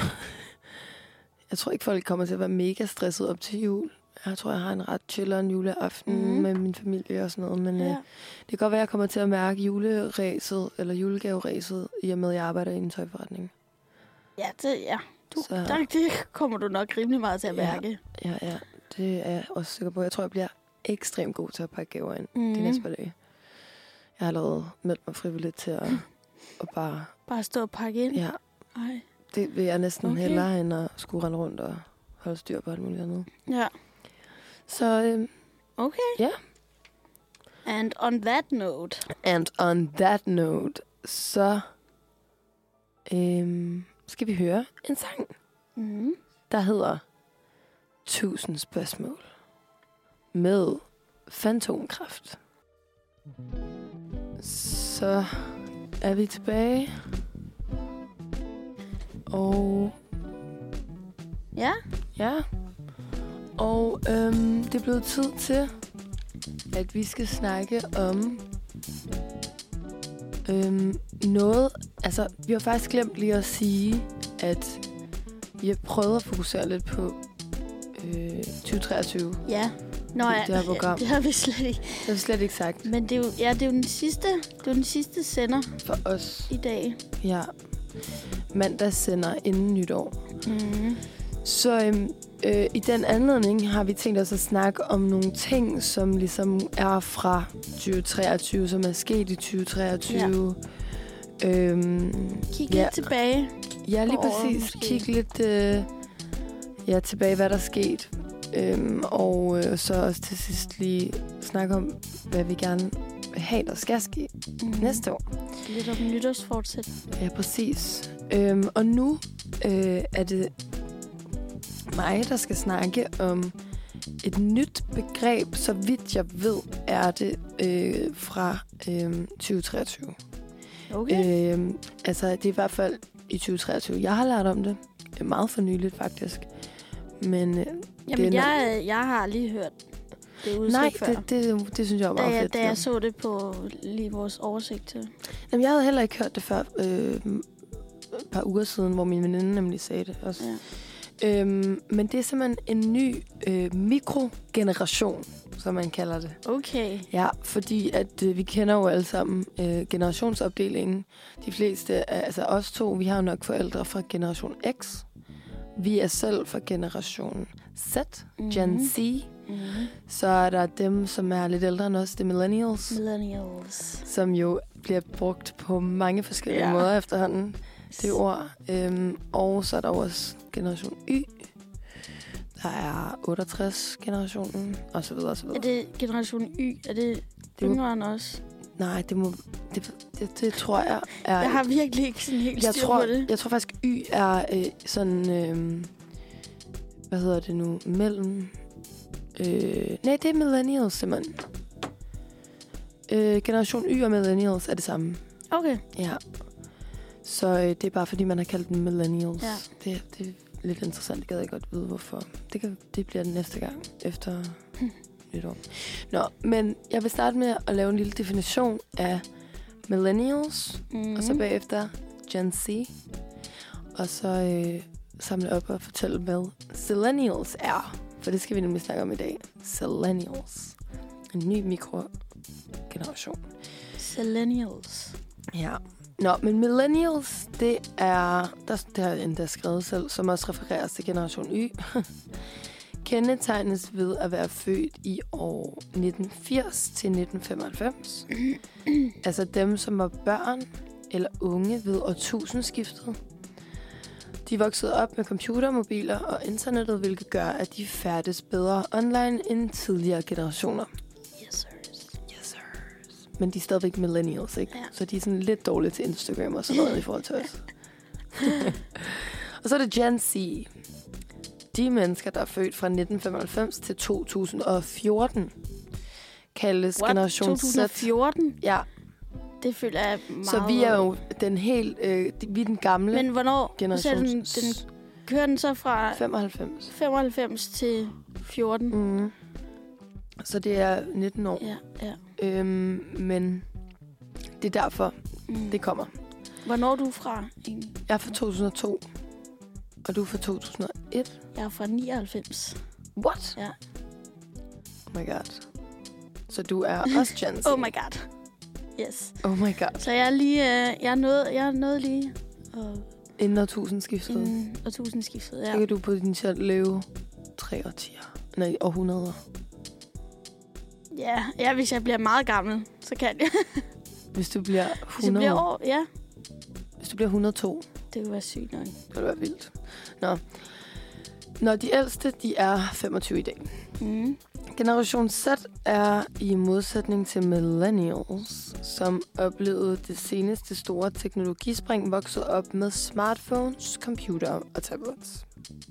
jeg tror ikke, folk kommer til at være mega stresset op til jul. Jeg tror, jeg har en ret chilleren juleaften Mhm. mm. med min familie og sådan noget. Men øh, Ja. det kan godt være, at jeg kommer til at mærke juleræset, eller julegaveræset, i og med, at jeg arbejder i en tøjforretning. Ja, det, ja. Du, Så- der, det kommer du nok rimelig meget til at Ja. mærke. Ja, ja, det er jeg også sikker på. Jeg tror, jeg bliver ekstremt god til at pakke gaver ind Mhm. de næste par dage. Jeg har allerede meldt mig frivilligt til at, at bare... Bare stå og pakke ind. Ja, Ej. det vil jeg næsten Okay. okay. hellere, end at skulle rende rundt og holde styr på alt muligt andet. Ja. Så, øhm, Okay. Ja. And on that note. and on that note, så øhm, skal vi høre en sang, Mm. der hedder Tusind spørgsmål med Fantomkraft. Så er vi tilbage. Og Ja, ja. Og øhm, det er blevet tid til, at vi skal snakke om øhm, noget. Altså, vi har faktisk glemt lige at sige, at vi har prøvet at fokusere lidt på øh, tyve treogtyve. ja. Nå, Det- ja, det her program. det har vi slet ikke. Det har vi slet ikke sagt Men det er jo, ja, det er jo den sidste, det er jo den sidste sender for os. i dag. Ja. Mandag sender inden nytår. Mm. Så øhm, øh, i den anledning har vi tænkt os at snakke om nogle ting, som ligesom er fra tyve treogtyve, som er sket i tyve treogtyve. Ja. Øhm, Kig ja. lidt tilbage. Ja, lige på året præcis. måske. Kig lidt øh, ja, tilbage, hvad der er sket. Øhm, og øh, så også til sidst lige snakke om, hvad vi gerne vil have, der skal ske Mm. næste år. Lidt om nytårsfortsæt. Ja, præcis. Øhm, og nu øh, er det mig, der skal snakke om et nyt begreb. Så vidt jeg ved, er det øh, fra øh, tyve treogtyve. Okay. Øh, altså, det er i hvert fald i tyve treogtyve. Jeg har lært om det. Meget for nyligt, faktisk. Men øh, Jamen, det er jeg, jeg har lige hørt det udtryk nej, før. det, det, det synes jeg var da, meget jeg, fedt. da ja. jeg så det på lige vores oversigt til. Jamen, jeg havde heller ikke hørt det før øh, et par uger siden, hvor min veninde nemlig sagde det også. Ja. Øhm, men det er simpelthen en ny øh, mikrogeneration, som man kalder det. Okay. Ja, fordi at øh, vi kender jo alle sammen øh, generationsopdelingen. De fleste, af, altså os to, vi har jo nok forældre fra generation X. Vi er selv fra generation Z, mm-hmm. Gen Z. Mm-hmm. Så er der dem, som er lidt ældre end os, det er millennials, Millennials. som jo bliver brugt på mange forskellige Ja. måder efterhånden. Det ord. Øhm, og så er der også generation Y. Der er otteogtres-generationen, og så videre, og så videre. Er det generation Y? Er det Det må- yngre end os? Nej, det må... Det, det, det tror jeg er... Jeg har virkelig ikke sådan helt jeg styr tror, på det. jeg tror faktisk, Y er øh, sådan... Øh, hvad hedder det nu? Mellem... Øh, nej, det er millennials, simpelthen. Øh, generation Y og millennials er det samme. Okay. Ja. Så øh, det er bare, fordi man har kaldt dem millennials. Ja. Det, det er lidt interessant. Det gad jeg godt vide, hvorfor. Det, kan, det bliver den næste gang efter nytår. Nå, men jeg vil starte med at lave en lille definition af millennials, Mm. og så bagefter Gen Z. Og så øh, samle op og fortælle, hvad Zillennials er. For det skal vi nemlig snakke om i dag. Zillennials. En ny mikrogeneration. Millennials. Ja. Nå, men millennials, det er, der, det har jeg endda skrevet selv, som også refereres til generation Y, kendetegnes ved at være født i år nitten firs til nitten femoghalvfems. Altså dem, som var børn eller unge ved årtusindskiftet. De voksede op med computer, mobiler og internettet, hvilket gør, at de færdes bedre online end tidligere generationer. Yes, sirs. Yes, sir. Men de er stadigvæk millennials, ikke? Ja. Så de er sådan lidt dårlige til Instagram og sådan noget i forhold til os. Og så er det Gen Z. De mennesker, der er født fra nitten femoghalvfems til to tusind og fjorten, kaldes What? generation Z. to tusind og fjorten? Ja, Det føler jeg meget... så vi er jo den helt, øh, vi er den gamle Men hvornår? generation. Så den, den, kører den så fra femoghalvfems. femoghalvfems til fjorten? Mm. Så det er nitten år. Ja, ja. Øhm, men det er derfor, Mm. det kommer. Hvornår er du fra? egentlig? Jeg er fra to tusind og to, og du er fra to tusind og et. Jeg er fra nioghalvfems. What? Ja. Oh my god. Så du er også Gen Z? Oh my god. Yes. Oh my god. Så jeg er lige... Øh, jeg er noget, jeg er noget lige... Og Inden årtusindskiftet. Mm. inden årtusindskiftet, Så ja. kan du potentielt leve tre årtier. Nej, århundreder. Ja, ja, hvis jeg bliver meget gammel, så kan jeg. Hvis du bliver Hvis jeg hundrede bliver år. år, ja. Hvis du bliver hundrede og to. Det kunne være sygt nok. Det ville være vildt. Nå. Når de ældste, de er femogtyve i dag. Mm. Generation Z er i modsætning til millennials, som oplevede det seneste store teknologispring, vokset op med smartphones, computer og tablets.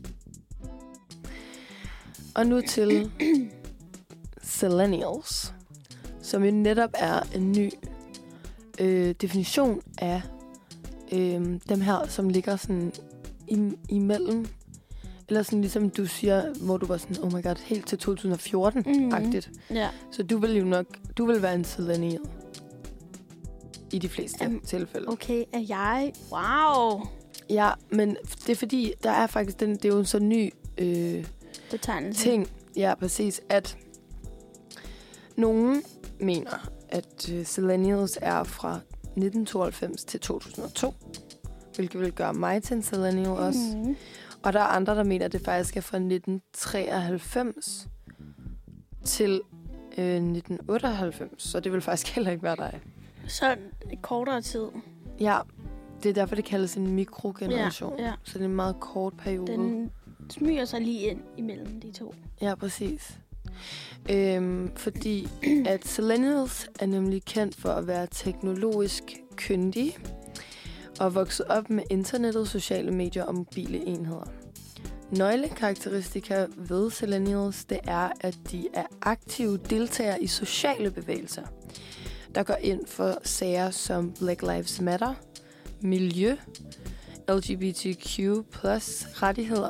Og nu til Zillennials, som jo netop er en ny øh, definition af øh, dem her, som ligger sådan i, imellem. Eller sådan ligesom du siger, hvor du var sådan, oh my god, helt til to tusind og fjorten-agtigt. Mm. Ja. Så du vil jo nok, du vil være en millennial. I de fleste Um, tilfælde. Okay, er jeg? Wow. Ja, men det er fordi, der er faktisk, den, det er jo en så ny øh, Betegnelse. ting. Ja, præcis, at nogen mener, at øh, millennials er fra nitten tooghalvfems til to tusind og to, hvilket vil gøre mig til en millennial også. Mm. Og der er andre, der mener, at det faktisk er fra nitten treoghalvfems til øh, nitten otteoghalvfems, så det vil faktisk heller ikke være dig. Så kortere tid. Ja, det er derfor, det kaldes en mikrogeneration. Ja, ja. Så det er en meget kort periode. Den smyger sig lige ind imellem de to. Ja, præcis. Øhm, fordi at millennials er nemlig kendt for at være teknologisk kyndige og vokset op med internettet, sociale medier og mobile enheder. Nøglekarakteristika ved millennials, det er, at de er aktive deltagere i sociale bevægelser, der går ind for sager som Black Lives Matter, miljø, L G B T Q plus rettigheder.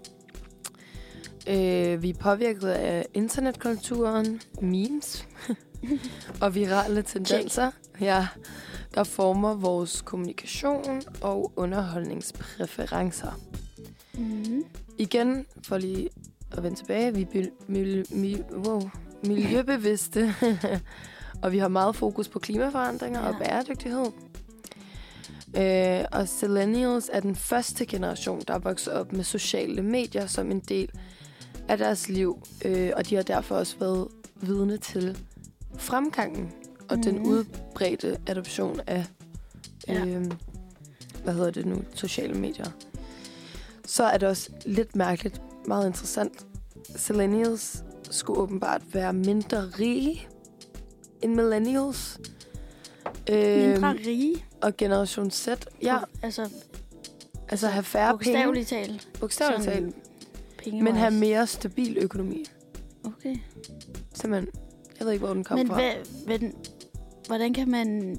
Øh, vi er påvirket af internetkulturen, memes og virale tendenser, ja, der former vores kommunikation og underholdningspræferencer. Mm. Igen, for lige at vende tilbage, vi er mil- mil- mil- wow, miljøbevidste, og vi har meget fokus på klimaforandringer ja. og bæredygtighed. Øh, og millennials er den første generation, der er vokset op med sociale medier som en del af deres liv, øh, og de har derfor også været vidne til fremgangen og mm. den udbredte adoption af øh, ja. hvad hedder det nu, sociale medier. Så er det også lidt mærkeligt, meget interessant. Millennials skulle åbenbart være mindre rige end millennials. Mindre øh, rige? Og generation Z, ja. Altså, altså have færre penge. Bogstaveligt talt. Bogstaveligt talt. Men have mere stabil økonomi. Okay. Simpelthen. Jeg ved ikke, hvor den kommer fra. Men hvad, hvordan kan man...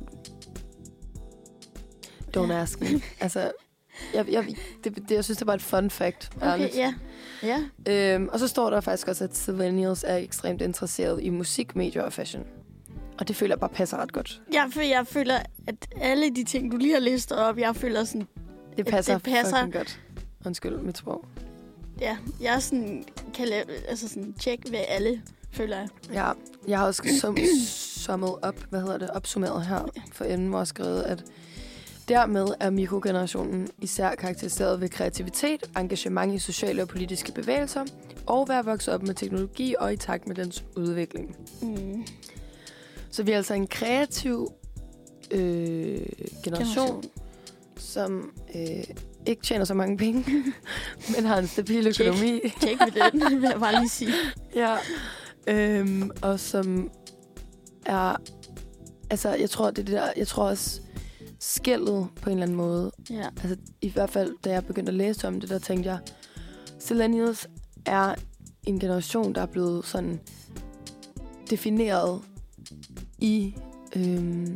Don't ja. ask me. Altså, jeg, jeg, det, det, jeg synes, det var et fun fact. Okay, ærligt. ja. ja. Øhm, og så står der faktisk også, at millennials er ekstremt interesseret i musik, medier og fashion. Og det føler jeg bare passer ret godt. Ja, for jeg føler, at alle de ting, du lige har listet op, jeg føler sådan... Det passer, det passer fucking godt. Undskyld, mit sprog. Ja, jeg sådan, kan lave, altså sådan, tjek ved alle, føler jeg. Ja, jeg har også sum, summet op, hvad hedder det, opsummeret her for enden, hvor jeg skrevet, at dermed er mikrogenerationen især karakteriseret ved kreativitet, engagement i sociale og politiske bevægelser, og være vokset op med teknologi og i takt med dens udvikling. Mm. Så vi er altså en kreativ øh, generation, generation, som øh, ikke tjener så mange penge, men har en stabil økonomi. Tjek, tjek ved den, vil jeg bare lige sige. Ja, øhm, og som er, altså jeg tror, det er det der, jeg tror også, skældet på en eller anden måde. Ja. Altså i hvert fald, da jeg begyndte at læse om det, der tænkte jeg, millennials er en generation, der er blevet sådan defineret i øhm,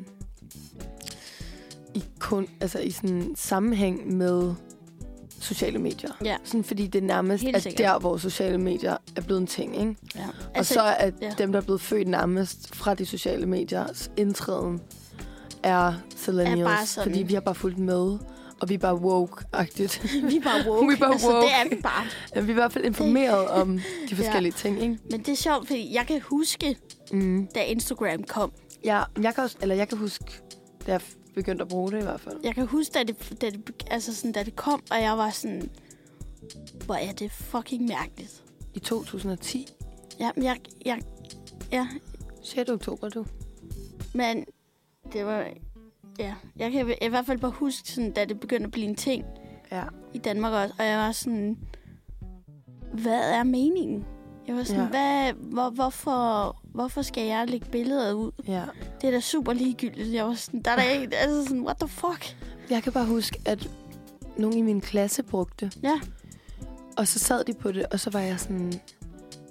i kun, altså i sådan sammenhæng med sociale medier. Ja. Sådan, fordi det nærmest Helt er sikkert. der, hvor sociale medier er blevet en ting, ikke? Ja. Og Altså, så er ja. dem, der er blevet født nærmest fra de sociale mediers indtræden, er millennials. Er bare sådan. Fordi vi har bare fulgt med, og vi er bare woke-agtigt. Vi er bare woke. Vi er bare altså, woke. det er vi bare. Ja, vi er i hvert fald informeret om de forskellige ja. ting, ikke? Men det er sjovt, fordi jeg kan huske, Mm. da Instagram kom. Ja, jeg kan også, eller jeg kan huske, da jeg begyndte at bruge det i hvert fald. Jeg kan huske, da det, da det, altså sådan, da det kom, og jeg var sådan, hvor er det fucking mærkeligt. I to tusind og ti. Ja, men jeg, jeg, ja, sjette oktober, du. men det var, ja, jeg kan i hvert fald bare huske, sådan, da det begyndte at blive en ting Ja. i Danmark også, og jeg var sådan, hvad er meningen? Jeg var sådan, Ja. hvad, hvor, hvorfor, hvorfor skal jeg lægge billeder ud? Ja. Det er da super ligegyldigt. Jeg var sådan, der er der ikke, altså sådan, what the fuck? Jeg kan bare huske, at nogen i min klasse brugte. Ja. Og så sad de på det, og så var jeg sådan,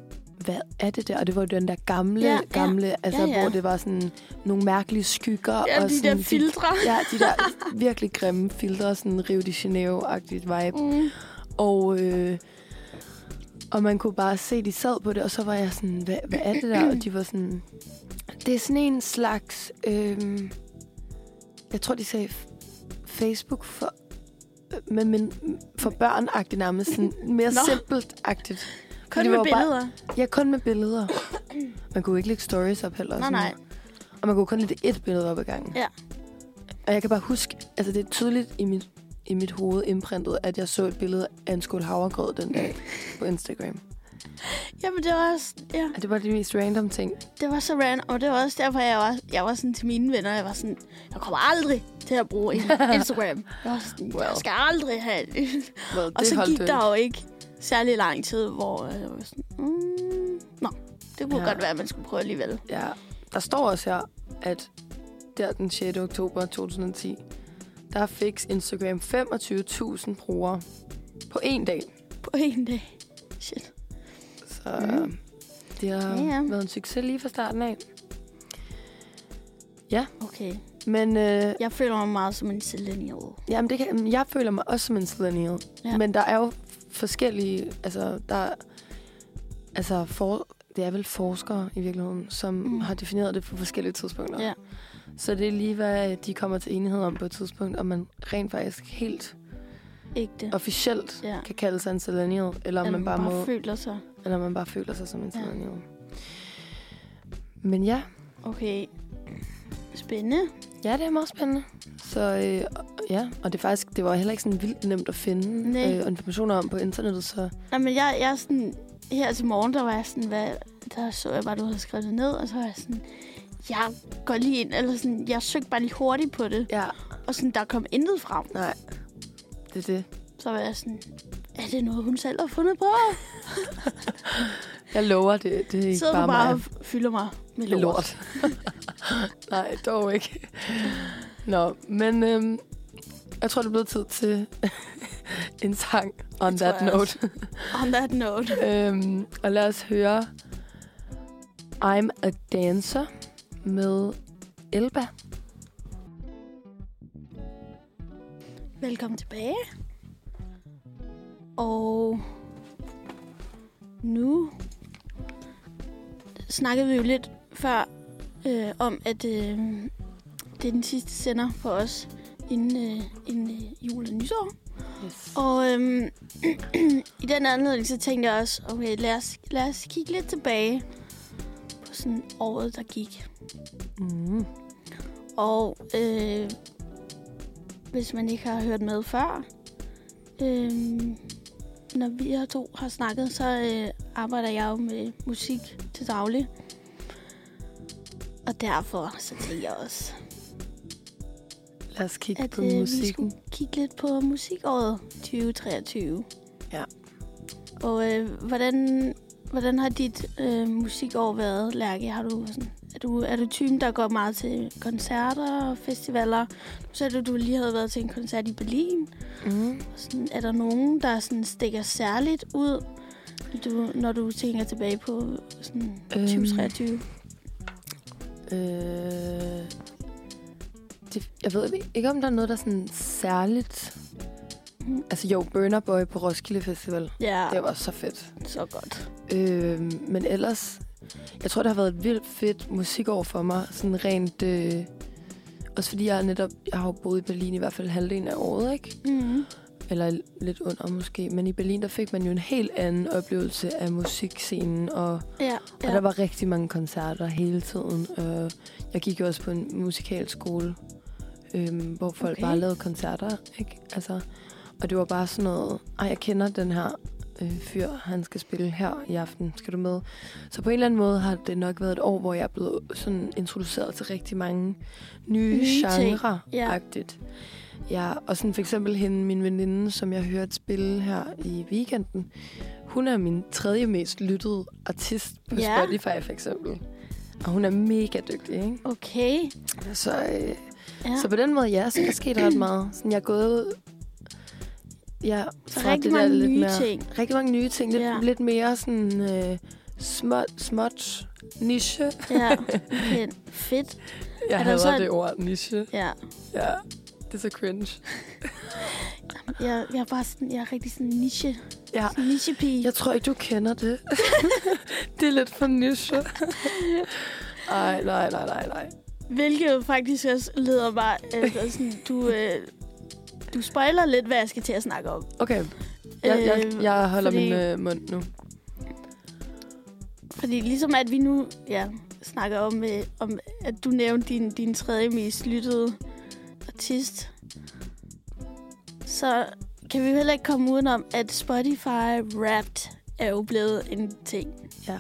hvad er det der? Og det var jo den der gamle, Ja, ja, ja. gamle, altså Ja, ja. hvor det var sådan nogle mærkelige skygger. Ja, og de sådan, der filtre. De, ja, de der virkelig grimme filtre, sådan Rio de Janeiro-agtigt vibe. Mm. Og, øh, og man kunne bare se, de sad på det, og så var jeg sådan, hvad, hvad er det der? Og de var sådan, det er sådan en slags, øh, jeg tror, de sagde f- Facebook for, men, men for børn-agtigt nærmest, sådan mere Nå. simpelt-agtigt. Kun det med var jo billeder. Bare, ja, kun med billeder. Man kunne ikke lægge stories op heller. Nej, sådan nej. noget. Og man kunne kun lægge et billede op ad gangen. Ja. Og jeg kan bare huske, altså det er tydeligt i mit, i mit hoved indprintet, at jeg så et billede af en skål havregrød den dag på Instagram. Jamen, det var også... Ja. Og det var de mest random ting. Det var så random, og det var også derfor, jeg var, jeg var sådan til mine venner, jeg var sådan, jeg kommer aldrig til at bruge en Instagram. Jeg var sådan, Well. jeg skal aldrig have det. Well, Og så holdt gik du der jo ikke særlig lang tid, hvor jeg var sådan, mm, nå, det kunne Ja. ja. godt være, at man skulle prøve alligevel. Ja, der står også her, at der den sjette oktober to tusind og ti, der fik Instagram femogtyve tusind brugere på en dag. På en dag. Shit. Så Mm. det har Ja, ja. været en succes lige fra starten af. Okay. Men øh, Jeg føler mig meget som en millennial. jamen, det kan, jeg føler mig også som en millennial. Ja. Men der er jo forskellige, altså der altså for, det er vel forskere i virkeligheden, som Mm. mm. har defineret det på forskellige tidspunkter. Ja. Så det er lige, hvad de kommer til enighed om på et tidspunkt, om man rent faktisk helt Ægte. officielt Ja. kan kalde sig en millennial, eller om Eller man bare, må, føler sig. eller man bare føler sig som en Ja. millennial. Men ja, Okay. Spændende. ja, det er meget spændende. Så øh, ja, og det er faktisk, det var heller ikke sådan vildt nemt at finde Nej. øh, informationer om på internettet, så Nej, men jeg, jeg er sådan... Her til morgen, der var jeg sådan, hvad... Der så jeg bare, du havde skrevet det ned, og så var jeg sådan... Jeg går lige ind, eller sådan... Jeg søgte bare lige hurtigt på det, ja, og sådan, der kom intet frem. nej, det er det. Så var jeg sådan... Er det noget, hun selv har fundet på? Jeg lover, det, det er ikke Så bare, du bare mig. og fylder mig med Med lort. lort. Nej, dog ikke. Nå, men øhm, jeg tror, det er blevet tid til en sang on Det that tror jeg note. også. On that note. øhm, og lad os høre I'm a Dancer med Elba. Velkommen tilbage. Og nu snakkede vi jo lidt før øh, om, at øh, det er den sidste sender for os inden, øh, inden øh, jul og nytår. Yes. Og øhm, i den anledning, så tænkte jeg også, okay, lad os, lad os kigge lidt tilbage på sådan året, der gik. Mm. Og øh, hvis man ikke har hørt med før, øh, når vi her to har snakket, så øh, arbejder jeg jo med musik til daglig. Og derfor så tænker jeg også, Lad os kigge at på øh, vi musikken. skulle kigge lidt på musikåret tyve treogtyve. Ja. Og øh, hvordan, hvordan har dit øh, musikår været, Lærke? Har du sådan, er, du, er du typen, der går meget til koncerter og festivaler? Nu sagde du, at du lige havde været til en koncert i Berlin. Mm. Sådan, er der nogen, der sådan stikker særligt ud, du, når du tænker tilbage på sådan Øhm. tyve treogtyve? Øh, det, jeg ved ikke, om der er noget, der er sådan særligt. Mm. Altså jo, Burna Boy på Roskilde Festival. Ja, Det var så fedt. så godt. Øh, men ellers, jeg tror, det har været et vildt fedt musikår for mig. Sådan rent, øh, også fordi jeg netop, jeg har jo boet i Berlin i hvert fald halvdelen af året, ikke? Mm. Eller lidt under måske. Men i Berlin, der fik man jo en helt anden oplevelse af musikscenen, og, Ja, og ja. der var rigtig mange koncerter hele tiden. Øh, jeg gik jo også på en musikalskole, øh, hvor folk Okay. bare lavede koncerter, ikke? Altså, og det var bare sådan noget, ej, jeg kender den her øh, fyr, han skal spille her i aften, skal du med? Så på en eller anden måde har det nok været et år, hvor jeg er blevet sådan introduceret til rigtig mange nye, Nye ting, genre-agtigt. Ja, og sådan for eksempel hende, min veninde, som jeg hørte spille her i weekenden, hun er min tredje mest lyttede artist på Ja. Spotify for eksempel. Og hun er mega dygtig, ikke? Okay. Så, øh, Ja. så på den måde, ja, så er der sket ret meget. Sådan, jeg er gået... Ja, Så fra rigtig det der mange lidt nye mere, ting. Rigtig mange nye ting. Lidt, Ja. lidt mere sådan øh, småt, småt, niche. Ja, okay. Fedt. Jeg Er der hader så- det ord, niche. Ja. Ja, det er så cringe. Jeg, jeg er bare sådan, jeg er rigtig sådan en niche. Ja. Sådan en niche-pige. Jeg tror ikke, du kender det. Det er lidt for niche. Ej, nej, nej, nej, nej. Hvilket jo faktisk også leder mig, altså sådan, du, øh, du spoiler lidt, hvad jeg skal til at snakke om. Okay, jeg, jeg, Øh, jeg holder fordi- min øh, mund nu. Fordi ligesom at vi nu ja, snakker om, øh, om, at du nævnte din, din tredje mest lyttede artist, så kan vi jo heller ikke komme udenom, at Spotify Wrapped er jo blevet en ting. Ja.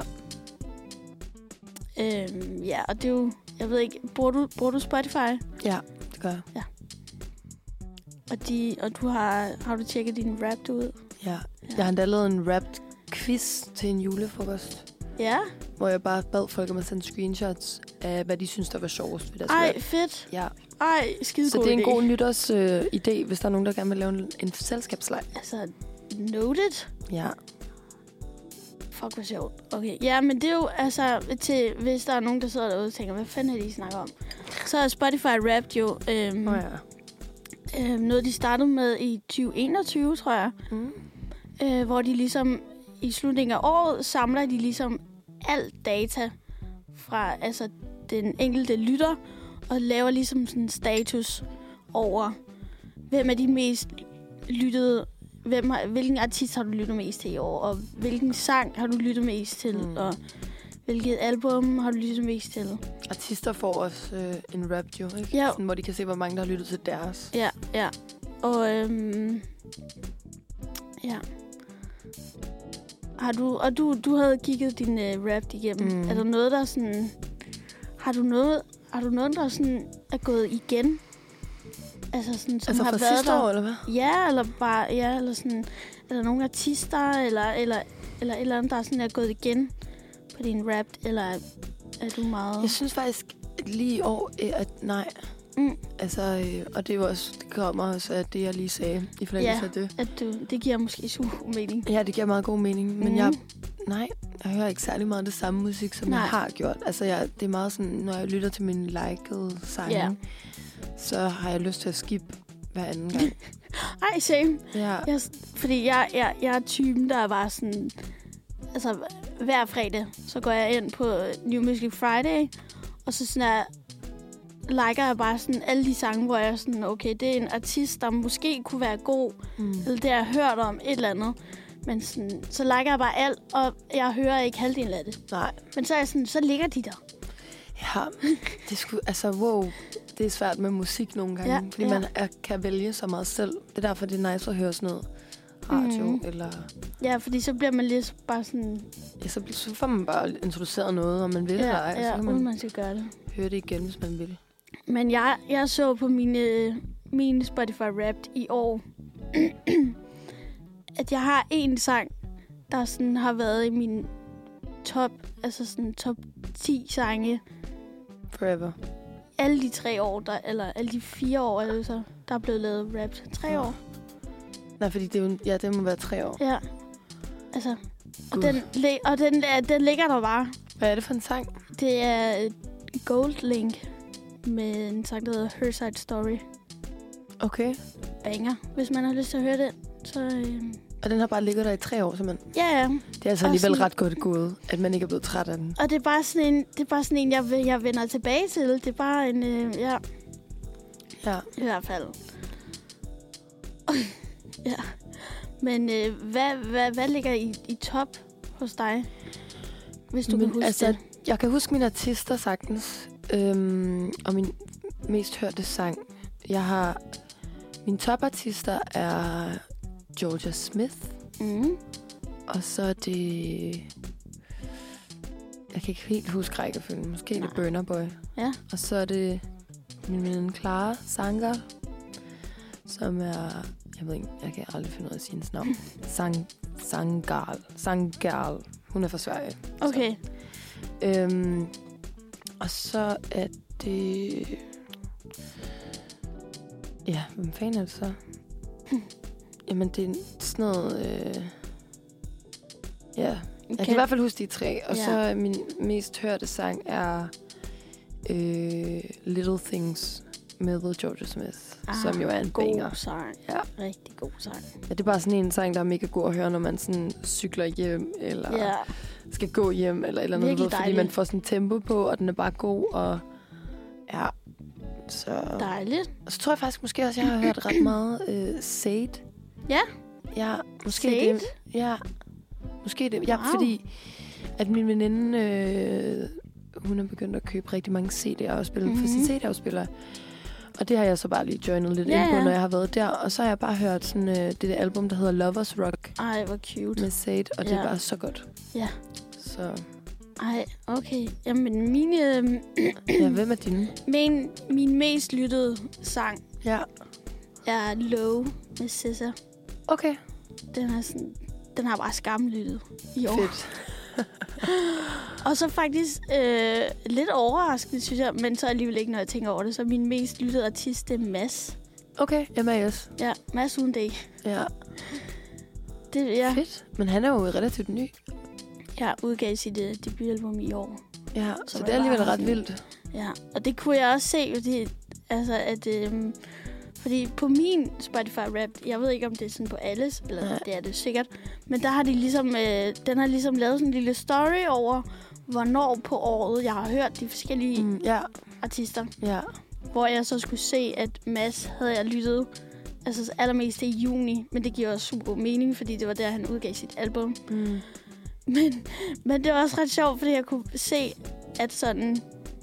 Øhm, ja, og det er jo, jeg ved ikke, bruger du, bruger du Spotify? Ja, det gør jeg. Og, de, og du har, har du tjekket din Wrapped ud? Ja. Jeg har endda lavet en rapped quiz til en julefrokost, Ja? hvor jeg bare bad folk om at sende screenshots af, hvad de synes, der var sjovest ved deres Ej, rap. fedt. Ja. Ej, skide Så det er en god nytårs øh, idé, hvis der er nogen, der gerne vil lave en, en selskabsleg. Altså, noted. Ja. Fuck, hvor sjovt. Okay, ja, men det er jo, altså, til, hvis der er nogen, der sidder derude og tænker, hvad fanden er det, I snakker om? Så er Spotify Wrapped jo øhm, Oh, ja. øhm, noget, de startede med i tyve enogtyve, tror jeg. Mm. Øh, hvor de ligesom, i slutningen af året, samler de ligesom alt data fra, altså, den enkelte lytter, og laver ligesom sådan en status over, hvem er de mest lyttede, hvem har, hvilken artist har du lyttet mest til i år, og hvilken sang har du lyttet mest til, Mm. og hvilket album har du lyttet mest til. Artister får også øh, en rap, jo, ikke? Ja. Sådan, hvor de kan se, hvor mange, der har lyttet til deres. Ja, ja. Og øhm, ja. Har du, og du, du havde kigget din øh, rap igennem. Mm. Er der noget, der sådan... Har du noget, har du noget, der sådan er gået igen? Altså sådan, som Altså har fra været sidste der? år, eller hvad? Ja, eller bare, ja, eller sådan, er der nogle artister, eller, eller, eller et eller andet, der sådan er gået igen på din rap, eller er, er du meget... Jeg synes faktisk lige i år, øh, at nej. Mm. Altså, øh, og det, er jo også, det kommer også af det, jeg lige sagde, i forlængelse Ja. af det. At du, det giver måske super god mening. Ja, det giver meget god mening, men Mm. jeg, nej, jeg hører ikke særlig meget det samme musik, som Nej. jeg har gjort. Altså, jeg, det er meget sådan, når jeg lytter til mine likede sange, Ja. så har jeg lyst til at skippe hver anden gang. Ej, same. Ja, Jeg, fordi jeg, jeg, jeg er typen, der er bare sådan... Altså, hver fredag, så går jeg ind på New Music Friday, og så sådan er, liker jeg bare sådan alle de sange, hvor jeg er sådan, okay, det er en artist, der måske kunne være god, mm. eller det har jeg hørt om, et eller andet. Men sådan, så liker jeg bare alt, og jeg hører ikke halvdelen af det. nej. Men så er jeg sådan, så ligger de der. Ja, det skulle, altså, wow, det er svært med musik nogle gange, Ja, fordi ja. man er, kan vælge så meget selv. Det er derfor, det er nice at høre sådan noget radio, Mhm. eller Ja, fordi så bliver man lidt bare sådan... ja, så, så får man bare introduceret noget, om man vil eller ej, Ja, så ja kan uden man man skal gøre det. høre det igen, hvis man vil. Men jeg, jeg så på mine, mine Spotify Wrapped i år, at jeg har en sang, der sådan har været i min top, altså sådan top ti sange. Forever. Alle de tre år, der, eller alle de fire år, er det så, der er blevet lavet Wrapped. Tre Ja. år. Nej, fordi det, er jo, ja, det må være tre år. Ja. Altså, og Gud. den, lig- og den, er- den ligger der bare. Hvad er det for en sang? Det er øh, Gold Link med en sang, der hedder Her Side Story. Okay. Banger. Hvis man har lyst til at høre den, så... Øh, Og den har bare ligget der i tre år, simpelthen. ja, ja. Det er altså Og alligevel sådan- ret godt gået, at man ikke er blevet træt af den. Og det er bare sådan en, det er bare sådan en jeg, vil- jeg vender tilbage til. Det er bare en, øh, ja, Ja. i hvert fald. ja. Men øh, hvad, hvad, hvad ligger i, i top hos dig? Hvis du Men kan huske altså, det. Jeg kan huske mine artister sagtens. Øhm, og min mest hørte sang. Jeg har... Mine topartister er Georgia Smith. Mm. Og så er det... Jeg kan ikke helt huske rækkefølgen. Måske er det Nej. Burna Boy. Ja. Og så er det min veninde Clara Sanger, som er... Jeg ved ikke, jeg kan aldrig finde ud af at sige hendes navn. Sang, Sangal. Sangal. Hun er fra Sverige. Okay. Så. Øhm, og så er det... Ja, hvem fanden er det så? Jamen, det er sådan noget... Øh... Ja, Jeg kan i hvert fald huske de tre. Og Ja. så min mest hørte sang er øh, Little Things med The Georgia Smith, ah, som jo er en god banger. sang. Ja. Rigtig god sang. Ja, det er bare sådan en sang, der er mega god at høre, når man sådan cykler hjem, eller Ja. skal gå hjem, eller et eller andet, Virkelig ved, fordi dejligt. man får sådan tempo på, og den er bare god, og ja, så... Dejligt. Og så tror jeg faktisk måske også, jeg har hørt ret meget øh, Sade. Ja. Ja, måske Sade? det. Ja, måske det. Ja, Wow. fordi at min veninde, øh, hun er begyndt at købe rigtig mange C D'er og spille mm-hmm. for sin C D-afspiller. Og det har jeg så bare lige joinet lidt Ja, ind på, ja. når jeg har været der. Og så har jeg bare hørt sådan, øh, det der album, der hedder Lovers Rock Ej, hvor cute. med Sade, og det Ja. er bare så godt. Ja. Så Ej, okay. Jamen, mine, øh, ja, hvem er dine? min, min mest lyttede sang Ja. er Low med S Z A. Okay. Den er sådan, den har bare skamlyttet i år. Fedt. Og så faktisk øh, lidt overraskende, synes jeg, men så alligevel ikke, når jeg tænker over det. Så min mest lyttede artist, det er Mads. Okay, M A S. Ja, Mads uden D. Ja. Det, ja, Fedt. Men han er jo relativt ny. jeg udgav sit uh, debutalbum i år. Ja, så, Så så var det er det alligevel bare ret sådan- vildt. Ja, og det kunne jeg også se, fordi, altså, at, øhm, fordi på min Spotify Rap, jeg ved ikke, om det er sådan på alles, eller Nej. det er det sikkert, men der har de ligesom, øh, den har ligesom lavet sådan en lille story over, hvornår på året jeg har hørt de forskellige mm. Mm, ja, artister, ja. hvor jeg så skulle se, at Mads havde jeg lyttet altså allermest i juni, men det giver også super god mening, fordi det var der, han udgav sit album. Mm. Men, men det var også ret sjovt, fordi jeg kunne se, at sådan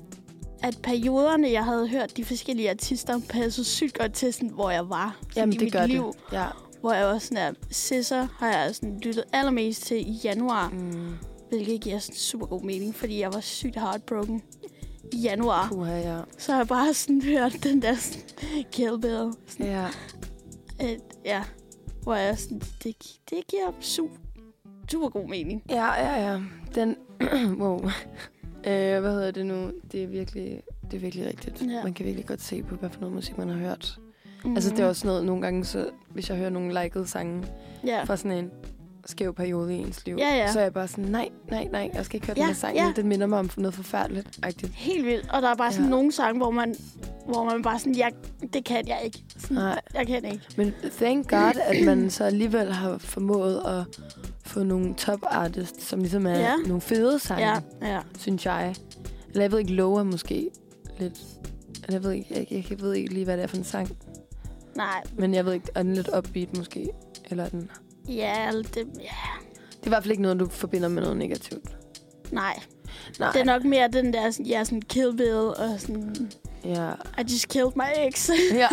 at perioderne, jeg havde hørt de forskellige artister, passede sygt godt til, sådan, hvor jeg var sådan, Jamen, i det mit gør liv. det. Ja. Hvor jeg var sådan der, S Z A har jeg sådan lyttet allermest til i januar, mm. Mm. hvilket giver sådan super god mening, fordi jeg var sygt heartbroken i januar. Puha, ja. Så har jeg bare sådan hørt den der sådan, Kill Bill. Sådan, Ja. et, ja, hvor jeg sådan, det, det giver super, super god mening. Ja, ja, ja. Den... wow. Øh, hvad hedder det nu? Det er virkelig, det er virkelig rigtigt. Ja. Man kan virkelig godt se på, hvad for noget musik man har hørt. Mm. Altså, det er også noget, nogle gange, så, hvis jeg hører nogle likede sange ja. fra sådan en skæv periode i ens liv, Ja, ja. så er jeg bare sådan, nej, nej, nej, jeg skal ikke høre Ja, den her sang. ja. Ja. Den minder mig om noget forfærdeligt. Agtigt. Helt vildt. Og der er bare sådan Ja. nogle sange, hvor man, hvor man bare sådan, jeg, det kan jeg ikke. Sådan, Nej. jeg kan ikke. Men thank God, at man så alligevel har formået at få nogle top artists, som ligesom er Ja. ja. nogle fede sange, Ja, ja. ja. synes jeg. Eller jeg ved ikke, Low er måske lidt... Eller jeg ved ikke, jeg, jeg ved ikke lige, hvad det er for en sang. Nej, Men jeg ved ikke, er den lidt upbeat måske? Eller er den... ja, det, ja, Det er i hvert fald ikke noget, du forbinder med noget negativt. nej. Nej. Det er nok mere den der, sådan, ja, sådan Kill Bill og sådan, Ja. I just killed my ex. ja.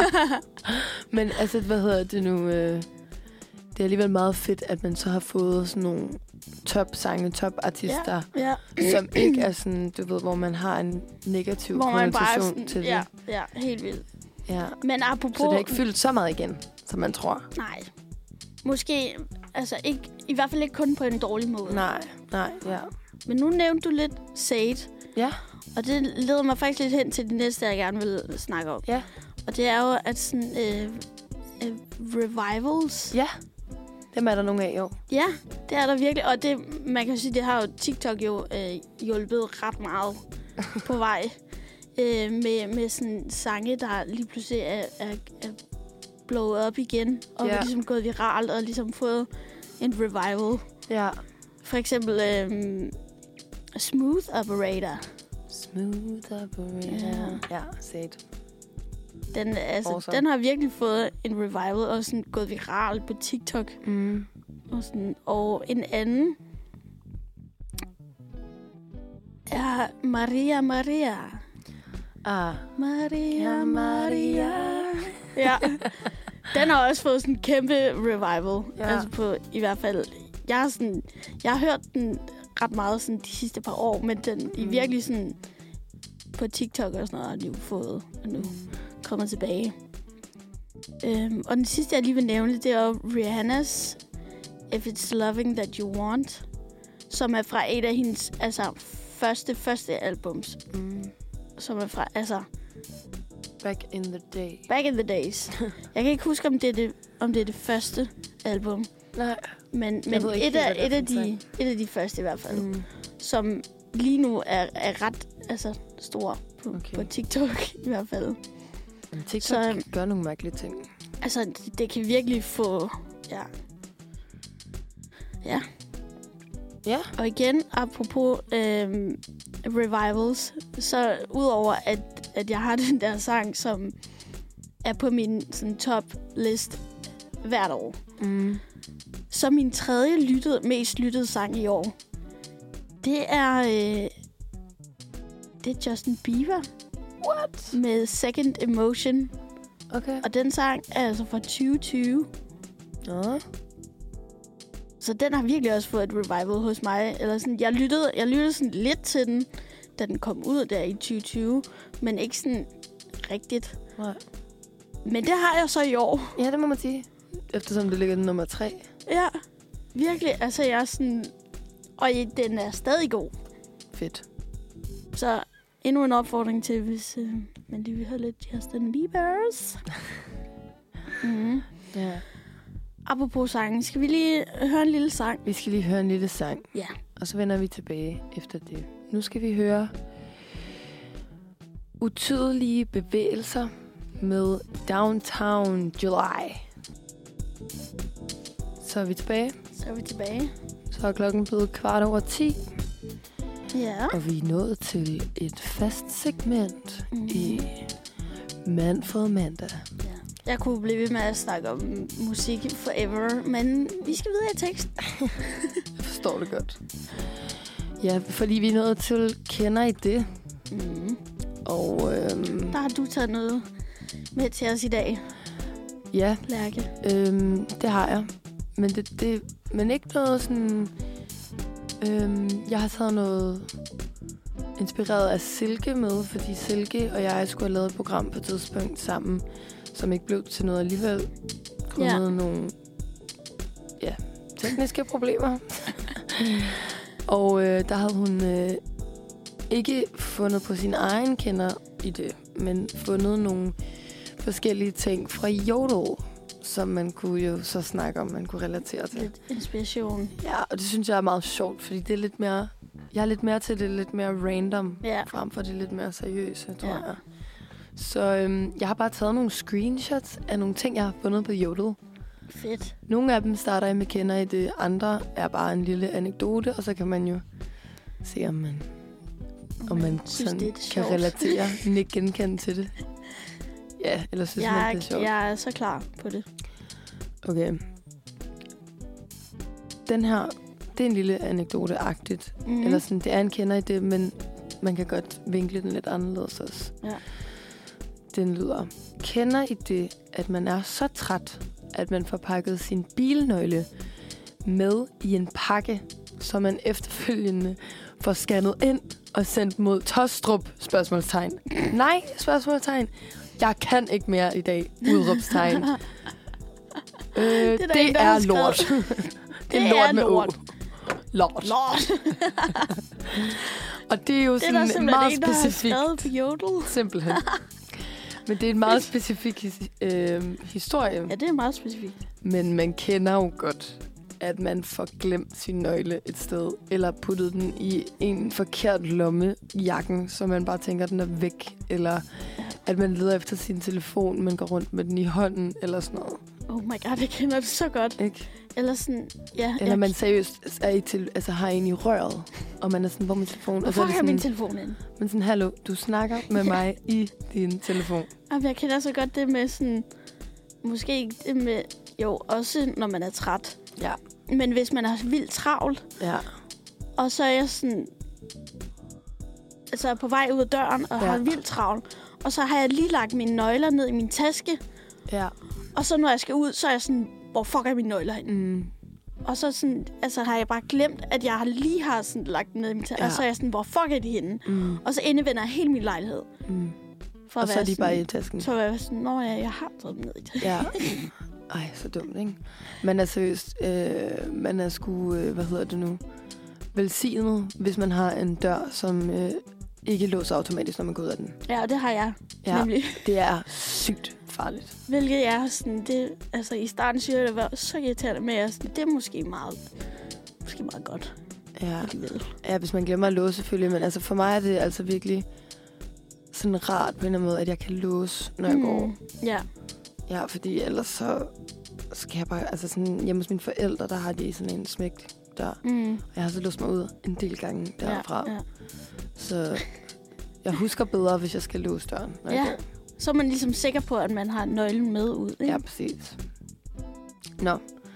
Men altså, hvad hedder det nu? Øh, det er alligevel meget fedt, at man så har fået sådan nogle top-sange, top-artister, ja. som ikke er sådan, du ved, hvor man har en negativ Hvor man bare er konnotation sådan, til ja, det. ja, helt vildt. Ja. Men apropos... Så det har ikke fyldt så meget igen, som man tror. Nej. Måske, altså ikke, i hvert fald ikke kun på en dårlig måde. Nej, nej, ja. Men nu nævnte du lidt Sade, Ja, og det leder mig faktisk lidt hen til det næste, jeg gerne vil snakke om. ja, Og det er jo, at sådan, øh, øh, revivals. ja. Dem er der nogle af i år. Ja, det er der virkelig. Og det, man kan sige, det har jo TikTok jo øh, hjulpet ret meget på vej. Øh, med, med sådan sange, der lige pludselig er, er, er blowet op igen. Og Ja. er ligesom gået viralt og ligesom fået en revival. Ja. For eksempel øh, Smooth Operator. Smooth operator. Ja. Ja, Sade. Den, altså, Awesome. den har virkelig fået en revival og sådan gået viralt på TikTok. Mm. Og, sådan, og en anden er Maria Maria. Ah. Maria Maria. Ja. Den har også fået sådan en kæmpe revival. Ja. Altså på, i hvert fald, jeg har, sådan, jeg har hørt den ret meget sådan de sidste par år, men den mm. i virkelig sådan på TikTok og sådan noget har den jo fået, og nu kommer tilbage. Øhm, og den sidste, jeg lige vil nævne, det er jo Rihannas If It's Loving That You Want, som er fra et af hendes altså, første, første albums. Mm. Som er fra, altså, Back in the day. back in the days. Jeg kan ikke huske, om det er det, om det, er det første album. Nej. Men, men ved ikke et, helt, af, hvad det er et, af for en de, et af de første i hvert fald, Mm. som lige nu er, er ret altså, stor på, Okay. okay. på TikTok i hvert fald. Men TikTok Så- så... gør nogle mærkelige ting. Altså, det, det kan virkelig få... Ja. Ja. Ja. Og igen, apropos øhm, revivals, så udover at, at jeg har den der sang, som er på min sådan, top list hvert år, Mm. så min tredje lyttede, mest lyttede sang i år, det er, øh, det er Justin Bieber What? med Second Emotion. Okay. Og den sang er altså fra tyve tyve. Nå. Så den har virkelig også fået et revival hos mig. Eller sådan, jeg lyttede, jeg lyttede sådan lidt til den, da den kom ud der i tyve tyve. Men ikke sådan rigtigt. Nej. Men det har jeg så i år. Ja, det må man sige. Eftersom det ligger nummer tre. Ja, virkelig. Altså, jeg er sådan... Og den er stadig god. Fedt. Så endnu en opfordring til, hvis øh, man lige vil have lidt Justin Bieber's. mm. Ja. Apropos sangen, skal vi lige høre en lille sang? Vi skal lige høre en lille sang. Ja. Og så vender vi tilbage efter det. Nu skal vi høre Utydelige bevægelser med Downtown July. Så er vi tilbage. Så er vi tilbage. Så er klokken blevet kvart over ti. Ja. Og vi er nået til et fast segment Mhm. mm. i Manfred Mandag. Ja. Jeg kunne blive ved med at snakke om musik forever, men vi skal videre i teksten. Jeg forstår det godt. Ja, fordi vi er nået til Kender I det? Mm. Og øhm, Der har du taget noget med til os i dag, ja, Lærke. øhm, det har jeg. Men, det, det, men ikke noget sådan... Øhm, jeg har taget noget inspireret af Silke med, fordi Silke og jeg skulle have lavet et program på et tidspunkt sammen, som ikke blev til noget alligevel. Grundet Ja. nogle ja, tekniske problemer. Og øh, der havde hun øh, ikke fundet på sin egen kender i det, men fundet nogle forskellige ting fra Jodel, som man kunne jo så snakke om, man kunne relatere til. Lidt inspiration. Ja, og det synes jeg er meget sjovt, fordi det er lidt mere... Jeg er lidt mere til det lidt mere random, Ja. frem for det lidt mere seriøse, tror Ja. jeg. Så øhm, jeg har bare taget nogle screenshots af nogle ting, jeg har fundet på Jodel. Fedt. Nogle af dem starter jeg med Kender I det, andre er bare en lille anekdote, og så kan man jo se, om man, om man synes, sådan det er kan sjovt. relatere, ikke genkende til det. Ja, eller synes man, Jeg, det er sjovt. jeg er så klar på det. Okay. Den her, det er en lille anekdote-agtigt. Mm. Mm. Eller sådan, det er en Kender I det, men man kan godt vinkle den lidt anderledes også. Ja. Den lyder: Kender I det, at man er så træt, at man får pakket sin bilnøgle med i en pakke, så man efterfølgende får scannet ind og sendt mod Tostrup? Spørgsmålstegn. Nej, spørgsmålstegn. Jeg kan ikke mere i dag. Udråbstegn. øh, det der det en, der har er lort. skrevet. det er lort er med lort. O. Lort. Lort. Og det er jo Det er der sådan simpelthen meget en, der har specifikt. skrevet på Jodel. Simpelthen. Men det er en meget specifik his- øh, historie. Ja, det er meget specifikt. Men man kender jo godt, at man får glemt sin nøgle et sted, eller puttet den i en forkert lomme i jakken, så man bare tænker, at den er væk, eller at man leder efter sin telefon, men går rundt med den i hånden, eller sådan noget. Oh my god, jeg kender det så godt. Ikke? Eller sådan, ja. Eller man seriøst er i til, altså har en i røret, og man er sådan, hvor min telefon, og så Hvorfor er det har jeg min sådan, telefon ind? men sådan, hallo, du snakker med mig i din telefon. Jamen, jeg kender så godt det med sådan... Måske ikke det med... Jo, også når man er træt. Ja. Men hvis man er vildt travlt, Ja. og så er jeg sådan... Altså er på vej ud af døren og Ja. har vildt travlt. Og så har jeg lige lagt mine nøgler ned i min taske. Ja. Og så når jeg skal ud, så er jeg sådan... Hvor fuck er mine nøgler hen? Mm. Og så sådan, altså, har jeg bare glemt, at jeg lige har sådan, lagt dem ned i min taske. Ja. Og så er jeg sådan, hvor fuck er de henne? Mm. Og så indevender jeg hele min lejlighed. Mm. For Og at så være er de sådan, bare i tasken. Så var jeg sådan, nå ja, jeg har taget dem ned i tasken. Ja. Ej, så dumt, ikke? Man er seriøst, øh, man er sgu, øh, hvad hedder det nu, velsignet, hvis man har en dør, som øh, ikke låser automatisk, når man går ud af den. Ja, og det har jeg Ja, nemlig. det er sygt farligt. Hvilket er sådan, det, altså i starten synes jeg, det var så irriterende med, at det er måske meget, måske meget godt. Ja. Alligevel. Ja, hvis man glemmer at låse selvfølgelig, men altså for mig er det altså virkelig sådan rart på en eller anden måde, at jeg kan låse, når jeg Mm. går. Ja. Ja, fordi ellers så skal jeg bare, altså sådan hjemme hos mine forældre, der har de sådan en smæk der. Mm. Og jeg har så låst mig ud en del gange derfra. Ja, ja. Så jeg husker bedre, hvis jeg skal låse døren, når Ja. jeg går. Så er man ligesom sikker på, at man har nøglen med ud, ikke? Ja, præcis. Nå.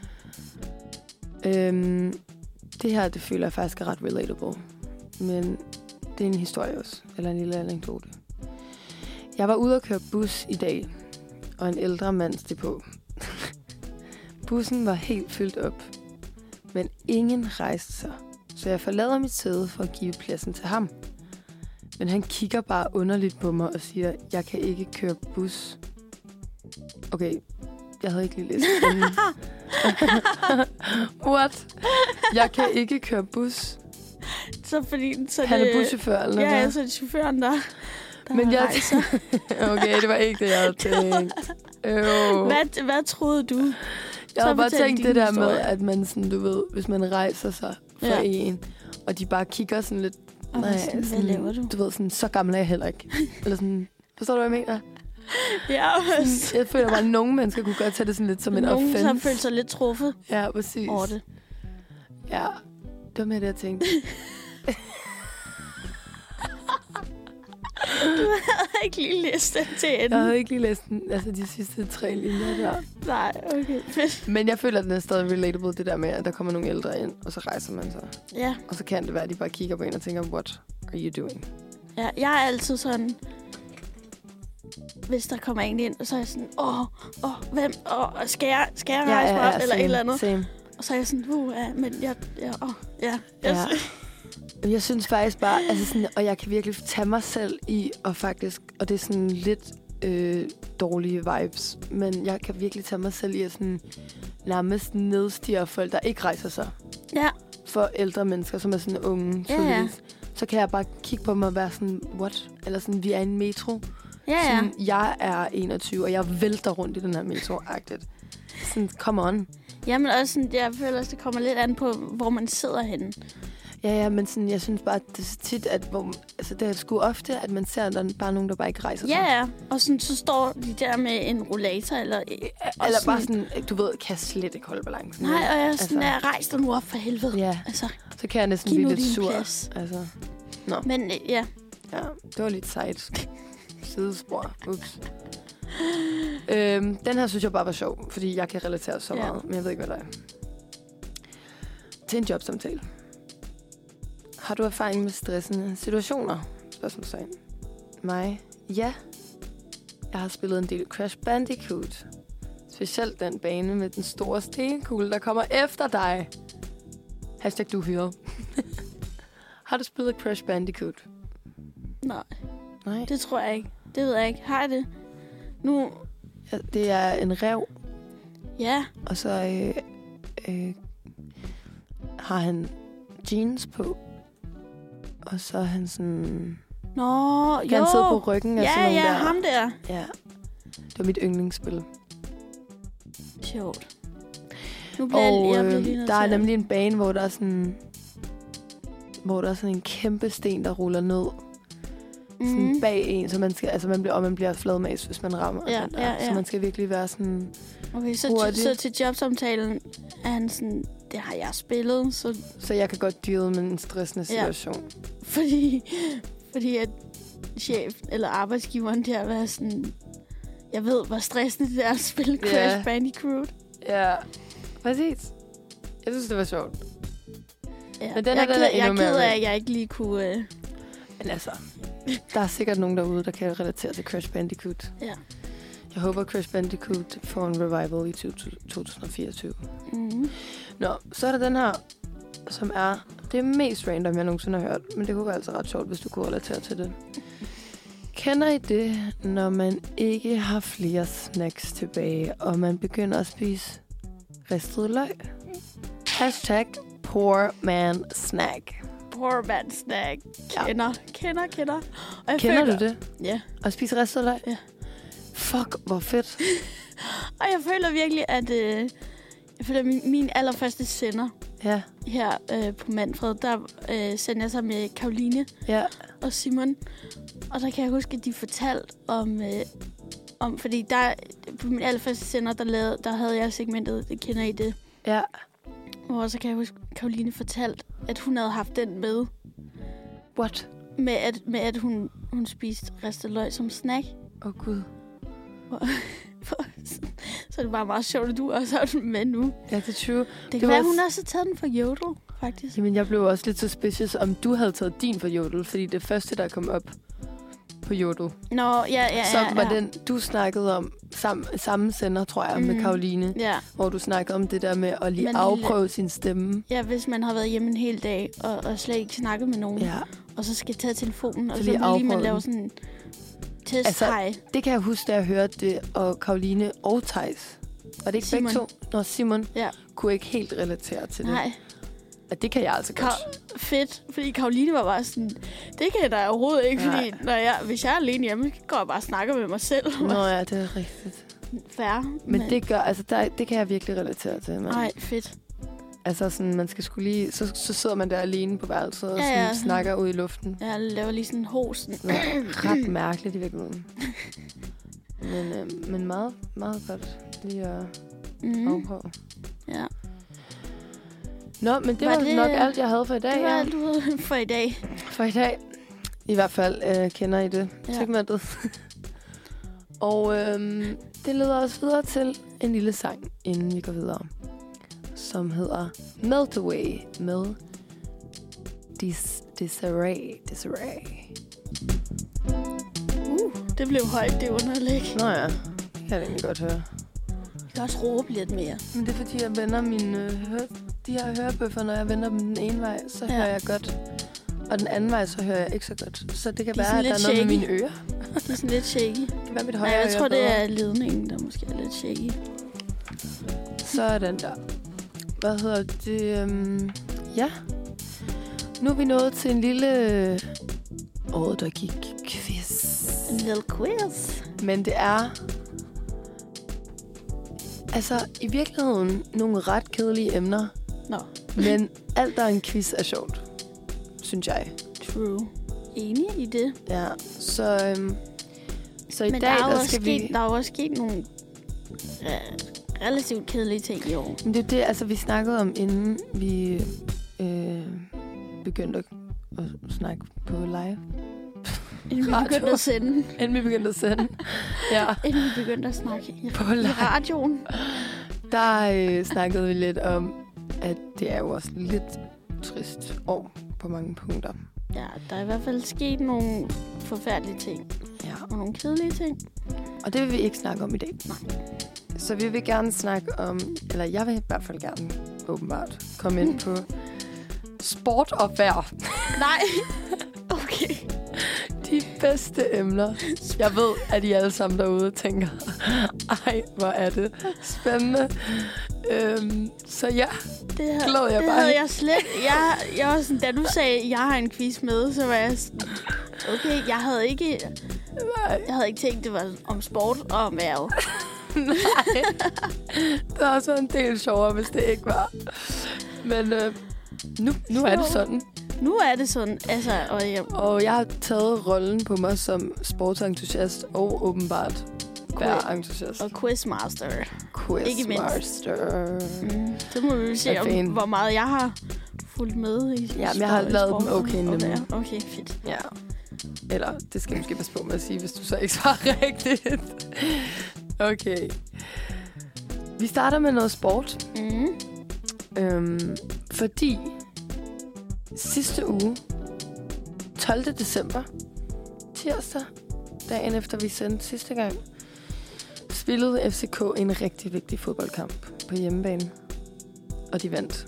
Øhm, det her, det føler jeg faktisk er ret relatable. Men det er en historie også. Eller en lille anekdote. Jeg var ude at køre bus i dag, og en ældre mand steg på. Bussen var helt fyldt op, men ingen rejste sig. Så jeg forlader mit sæde for at give pladsen til ham. Men han kigger bare underligt på mig og siger, jeg kan ikke køre bus. Okay, jeg havde ikke lige læst den. What? Jeg kan ikke køre bus. Så fordi... Så Han det, er buschauffør, eller Ja, hvad? altså det er chaufføren, der, der Men jeg rejser. Okay, det var ikke det, jeg havde tænkt. Øv. Hvad, hvad troede du? Jeg havde bare fortæl tænkt din det der historie. med, at man sådan, du ved, hvis man rejser sig for Ja. en, og de bare kigger sådan lidt, Og hvad sådan, hvad laver du? Du ved, sådan, så gammel er jeg heller ikke. Eller sådan, forstår du, hvad jeg mener? Ja, Sådan, jeg føler bare, at nogle mennesker kunne godt tage det sådan lidt som en nogen offense. har følt sig lidt truffet Ja, præcis. over det. Ja, det var med det, jeg tænkte. Du havde ikke lige læst den til enden. Jeg havde ikke lige læst den, altså de sidste tre linjer der. Nej, okay. Fedt. Men jeg føler, at den er stadig relatable, det der med, at der kommer nogle ældre ind, og så rejser man sig. Ja, Og så kan det være, at de bare kigger på en og tænker, what are you doing? ja, jeg er altid sådan... Hvis der kommer en ind, og så er jeg sådan, åh, åh, hvem, åh, skal jeg, skal jeg rejse mig op, eller same, et eller andet. Same. Og så er jeg sådan, uh, ja, men jeg, ja, åh, ja. Ja. Jeg, Men jeg synes faktisk bare, altså sådan, og jeg kan virkelig tage mig selv i, og faktisk, og det er sådan lidt øh, dårlige vibes, men jeg kan virkelig tage mig selv i at sådan nærmest nedstige folk, der ikke rejser sig. ja, For ældre mennesker, som er sådan unge, Ja, ja. tydeligvis. Så kan jeg bare kigge på mig og være sådan, what? Eller sådan, vi er i en metro. ja, ja. Sådan, jeg er enogtyve, og jeg vælter rundt i den her metro-agtigt. Sådan, come on. Jamen også sådan, jeg føler også, det kommer lidt an på, hvor man sidder henne. Ja, ja, men sådan, jeg synes bare, at det er så tit, at hvor, altså, det er sgu ofte, at man ser, at der er bare nogen, der bare ikke rejser sig. Ja, ja. Og sådan, så står de der med en rollator, eller... Eller bare sådan, du ved, kan slet ikke holde balancen. Nej, og jeg er sådan, Altså. altså, rejs dig nu op for helvede. Ja, Altså, så kan jeg næsten giv blive nu lidt din sur. plads. Altså, Men øh, ja, ja, det var lidt sejt. Sidespor. Ups. øhm, den her synes jeg bare var sjov, fordi jeg kan relatere så Ja. meget, men jeg ved ikke, hvad der er. Til en jobsamtale. Har du erfaring med stressende situationer? Spørgsmålstegn. Mig? Ja. Jeg har spillet en del Crash Bandicoot. Specielt den bane med den store stenkugle, der kommer efter dig. Hashtag du hyret. Har du spillet Crash Bandicoot? nej, Nej. det tror jeg ikke. Det ved jeg ikke. Har jeg det? Nu, Ja, det er en ræv, ja, og så øh, øh, har han jeans på. Og så er han sådan... nå, Kan jo. han sidde på ryggen af Ja, sådan nogle ja, der? ham der. Ja. Det var mit yndlingsspil. Sjovt. Nu bliver Og jeg, jeg bliver øh, lige nødt der er til at- nemlig en bane, hvor der er sådan... Hvor der er sådan en kæmpe sten, der ruller ned. Mm. Sådan Mhm. bag en, så man skal, altså man bliver, og man bliver fladmas, hvis man rammer. Ja, den der. ja, ja. Så man skal virkelig være sådan... Okay, så, hurtigt. så til jobsamtalen er han sådan, det har jeg spillet, så Så jeg kan godt deal med en stressende Ja. situation. fordi, fordi at chef eller arbejdsgiveren der var sådan, jeg ved, hvor stressende det er at spille Ja. Crash Bandicoot. Ja, præcis. Jeg synes, det var sjovt. Ja. Men den jeg her, den ked, er jeg endnu er mere ked af, real. at jeg ikke lige kunne... Øh, Men altså, der er sikkert nogen derude, der kan relatere til Crash Bandicoot. ja. Jeg håber, Crash Bandicoot får en revival i to tusind fireogtyve. Mm-hmm. Nå, så er der den her, som er det mest random, jeg nogensinde har hørt. Men det kunne være altså ret sjovt, hvis du kunne relatere til det. Kender I det, når man ikke har flere snacks tilbage, og man begynder at spise ristet løg? Hashtag poor man snack. Poor man snack. Ja. Kender, kender, kender. Og jeg Kender føler, du det? Ja. At spise ristet løg? Ja. Fuck, hvor fedt. Og jeg føler virkelig, at øh, jeg føler, at min, min allerførste sender Ja, her øh, på Manfred, der øh, sendte jeg sig med Karoline ja, og Simon. Og der kan jeg huske, at de fortalte om... Øh, om fordi der, på min allerførste sender, der, lavede, der havde jeg segmentet, det kender I det. ja. Og så kan jeg huske, at Karoline fortalte, at hun havde haft den med. What? Med at, med at hun, hun spiste ristet løg som snack. Åh, oh, Gud. Så er det bare meget sjovt, at du også har den med nu. Ja, det er true. Det kan Det være, var hun s- også har taget den fra Jodel, faktisk. Jamen, jeg blev også lidt suspicious, om du havde taget din for Jodel, fordi det første, der kom op på Jodel, Nå, ja, ja, ja. så var ja. den, du snakkede om sam, samme sender, tror jeg, mm. med Mhm. Karoline, Ja. hvor du snakkede om det der med at lige Men afprøve sin stemme. ja, hvis man har været hjemme en hel dag, og, og slet ikke snakket med nogen, Ja, og så skal tage telefonen, og Så så, lige så lige man afprøve laver den. sådan en test Altså, hej. det kan jeg huske, da jeg hørte det, og Karoline og Theis. Var det ikke Simon. begge to? Nå, Simon Ja. kunne ikke helt relatere til det. Nej, Og det kan jeg altså godt. Ka- fedt. Fordi Karoline var bare sådan, det kan jeg da overhovedet ikke, Nej. fordi når jeg, hvis jeg er alene hjemme, går jeg bare og snakker med mig selv. Nå ja, det er rigtigt. Færre. Men, Men det gør, altså der, det kan jeg virkelig relatere til. Man. Nej, fedt. Altså sådan, man skal skulle lige, så, så sidder man der alene på værelset og Ja, sådan, ja. snakker ud i luften. Jeg laver lige sådan en hosen. Det er ret mærkeligt i virkeligheden. Men, øh, men meget, meget godt lige at Mm. afprøve. Ja. Nå, men det Var var, det- nok alt, jeg havde for i dag. Det var Ja. alt, du havde for i dag. For i dag. I hvert fald øh, kender I det Ja. segmentet. Og øhm, det leder os videre til en lille sang, inden vi går videre. Som hedder Melt Away med Dis Disarray. Disarray. Uh, det blev højt, det underlæg. Nå ja, det kan jeg egentlig godt høre. Jeg kan også råbe lidt mere. Men det er fordi, jeg vender mine øh, hør, de her hørebøffer, når jeg vender dem den ene vej, så Ja. hører jeg godt. Og den anden vej, så hører jeg ikke så godt. Så det kan De er være, at sådan der er lidt noget med shaky. mine ører. Det er sådan lidt shaky. Det kan være mit Nej, højre jeg øre tror, det bedre. er ledningen, der måske er lidt shaky. Sådan der. Hvad hedder det? Um, ja. Nu er vi nået til en lille... Åh, der gik quiz. En lille quiz. Men det er... Altså, i virkeligheden nogle ret kedelige emner. Nå, Men alt, der er en quiz, er sjovt. Synes jeg. true. Enig i det. Ja, så... Um, så i Men dag, der, er jo der også skal sket, vi... der er jo også sket nogle øh, relativt kedelige ting i år. Men det er det, altså, vi snakkede om, inden vi øh, begyndte at, at snakke på live. Inden vi Radio. begyndte at sende. Inden vi begyndte at sende. Ja. Inden vi begyndte at snakke i, På i live. radioen. Der øh, snakkede vi lidt om, at det er jo også lidt trist år på mange punkter. Ja, der er i hvert fald sket nogle forfærdelige ting. Ja. Og nogle kedelige ting. Og det vil vi ikke snakke om i dag. Nej. Så vi vil gerne snakke om, eller jeg vil i hvert fald gerne åbenbart komme ind på sport og vejr. Nej. Okay. De bedste emner. Jeg ved, at I alle sammen derude tænker, ej, hvor er det spændende. Øhm, så ja, Det, havde, Glæder jeg det bare havde helt. jeg slet... Jeg, jeg var sådan, da du sagde, at jeg har en quiz med, så var jeg sådan... Okay, jeg havde ikke... nej, Jeg havde ikke tænkt, det var om sport og om vejret. nej. Det er også en del sjovere, hvis det ikke var. Men øh, nu, nu er det sådan. Nu er det sådan, altså... Og jeg, Og jeg har taget rollen på mig som sportsentusiast og åbenbart vejrentusiast. og quizmaster. ikke mindst. Quizmaster. Mm, så må vi jo se, Er om, fan. hvor meget jeg har fulgt med i Ja, men jeg har sport- lavet dem sporten okay og nemme. vejr. Okay, fedt. Ja. Eller, det skal jeg måske passe på med at sige, hvis du så ikke svarer rigtigt. Okay. Vi starter med noget sport. Mm. Øhm, fordi sidste uge, tolvte december, tirsdag, dagen efter vi sendte sidste gang, spillede F C K en rigtig vigtig fodboldkamp på hjemmebane. Og de vandt.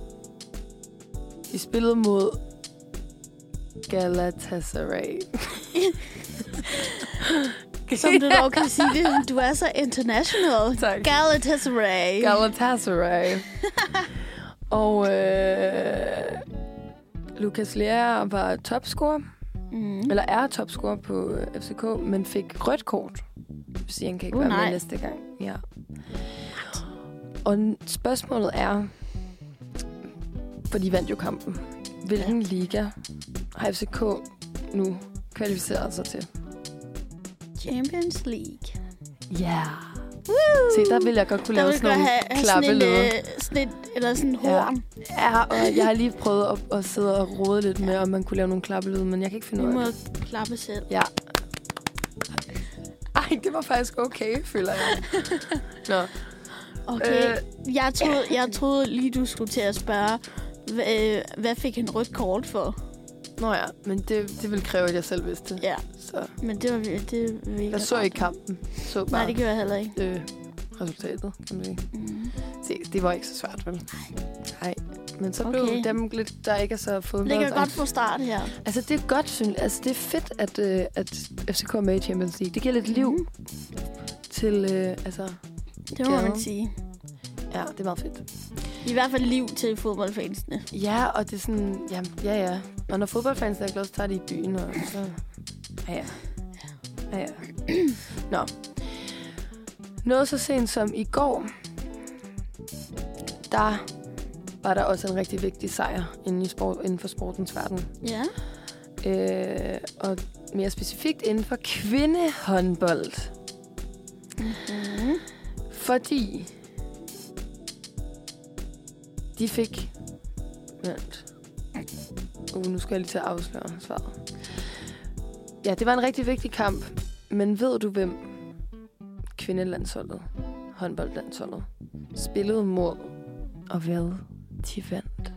De spillede mod Galatasaray. Som du dog kan sige det, du er så international. Tak. Galatasaray. Galatasaray. Og øh, Lukas Lea var topscorer, Mm. eller er topscorer på øh, F C K, men fik rødt kort Stian kan ikke Uh, være nej. med næste gang. Ja. Og spørgsmålet er, for de vandt jo kampen. Hvilken ja. liga har F C K nu kvalificeret sig til? Champions League. Ja. Yeah. Se, der vil jeg godt kunne lave sådan nogle klappelyde. Øh, sådan et, eller sådan en horn. Ja. ja, og jeg har lige prøvet at, at sidde og rode lidt med, om man kunne lave nogle klappelyde, men jeg kan ikke finde Vi ud må af det. klappe selv. Ja. Ej, det var faktisk okay, føler jeg. Nå. Okay, Øh. jeg, troede, jeg troede lige, du skulle til at spørge, hvad, hvad fik han rødt kort for? Nå ja, men det, det ville kræve, at jeg selv vidste det. Ja, Så men det var det, det var ikke jeg så ikke kampen. Så bare Nej, det gjorde jeg heller ikke. øh, resultatet, kan man sige. Mm. Se, det var ikke så svært, vel? Nej. Men så blev Okay. dem lidt, der ikke er så fodbold. Ligger godt fra start her. Altså, det er godt, synes jeg. Altså, det er fedt, at, øh, at F C K er med i Champions League. Det giver lidt liv Mm. til, øh, altså... Det må man Gaden. sige. Ja, det er meget fedt. I hvert fald liv til fodboldfansene. Ja, og det er sådan... Ja, ja, ja. Og når fodboldfans er glade, så tager de i byen, og så... Ja, ja. Ja, ja. Nå. Noget så sent som i går, der var der også en rigtig vigtig sejr inden, i sport, inden for sportens verden. Ja. Øh, og mere specifikt inden for kvindehåndbold. Mm-hmm. Fordi de fik... Vent. Uh, nu skal jeg lige til at afsløre svaret. Ja, det var en rigtig vigtig kamp. Men ved du, hvem kvindelandsholdet, håndboldlandsholdet, spillede mod, og hvad de vandt?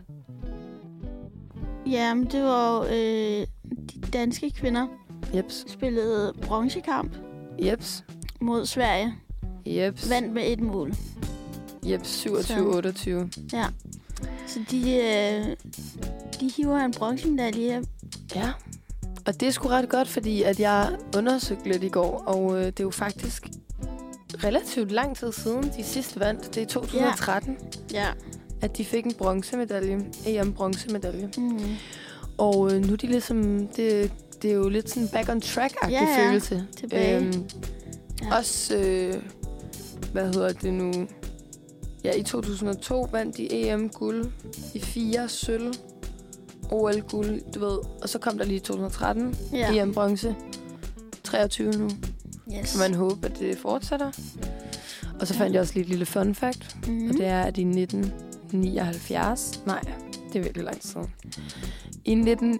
Ja, men det var jo, øh, de danske kvinder Jeps. spillede bronzekamp Jeps. mod Sverige. Jeps. Vandt med et mål. Jeps, syvogtyve otteogtyve. Ja. Så de, øh, de hiver en bronzemedalje. Ja. Og det er sgu ret godt, fordi at jeg undersøgte lidt i går, og øh, det er jo faktisk relativt lang tid siden, de sidste vandt. Det er i to tusind og tretten, Ja. at de fik en bronzemedalje. E M-bronzemedalje. Mm. Og øh, nu er de ligesom... Det, det er jo lidt sådan back on track-agtig Ja, ja. følelse. Tilbage. Øhm, Ja. Også, øh, hvad hedder det nu? Ja, i to tusind og to vandt de E M-guld i fire sølv. O L-guld, du ved. Og så kom der lige i to tusind og tretten. Ja. E M-bronze. treogtyve nu. Yes. Så man håber, at det fortsætter. Og så fandt jeg også lige et lille fun fact. Mm-hmm. Og det er, at i nitten nioghalvfjerds... Nej, det er virkelig lang tid. I nitten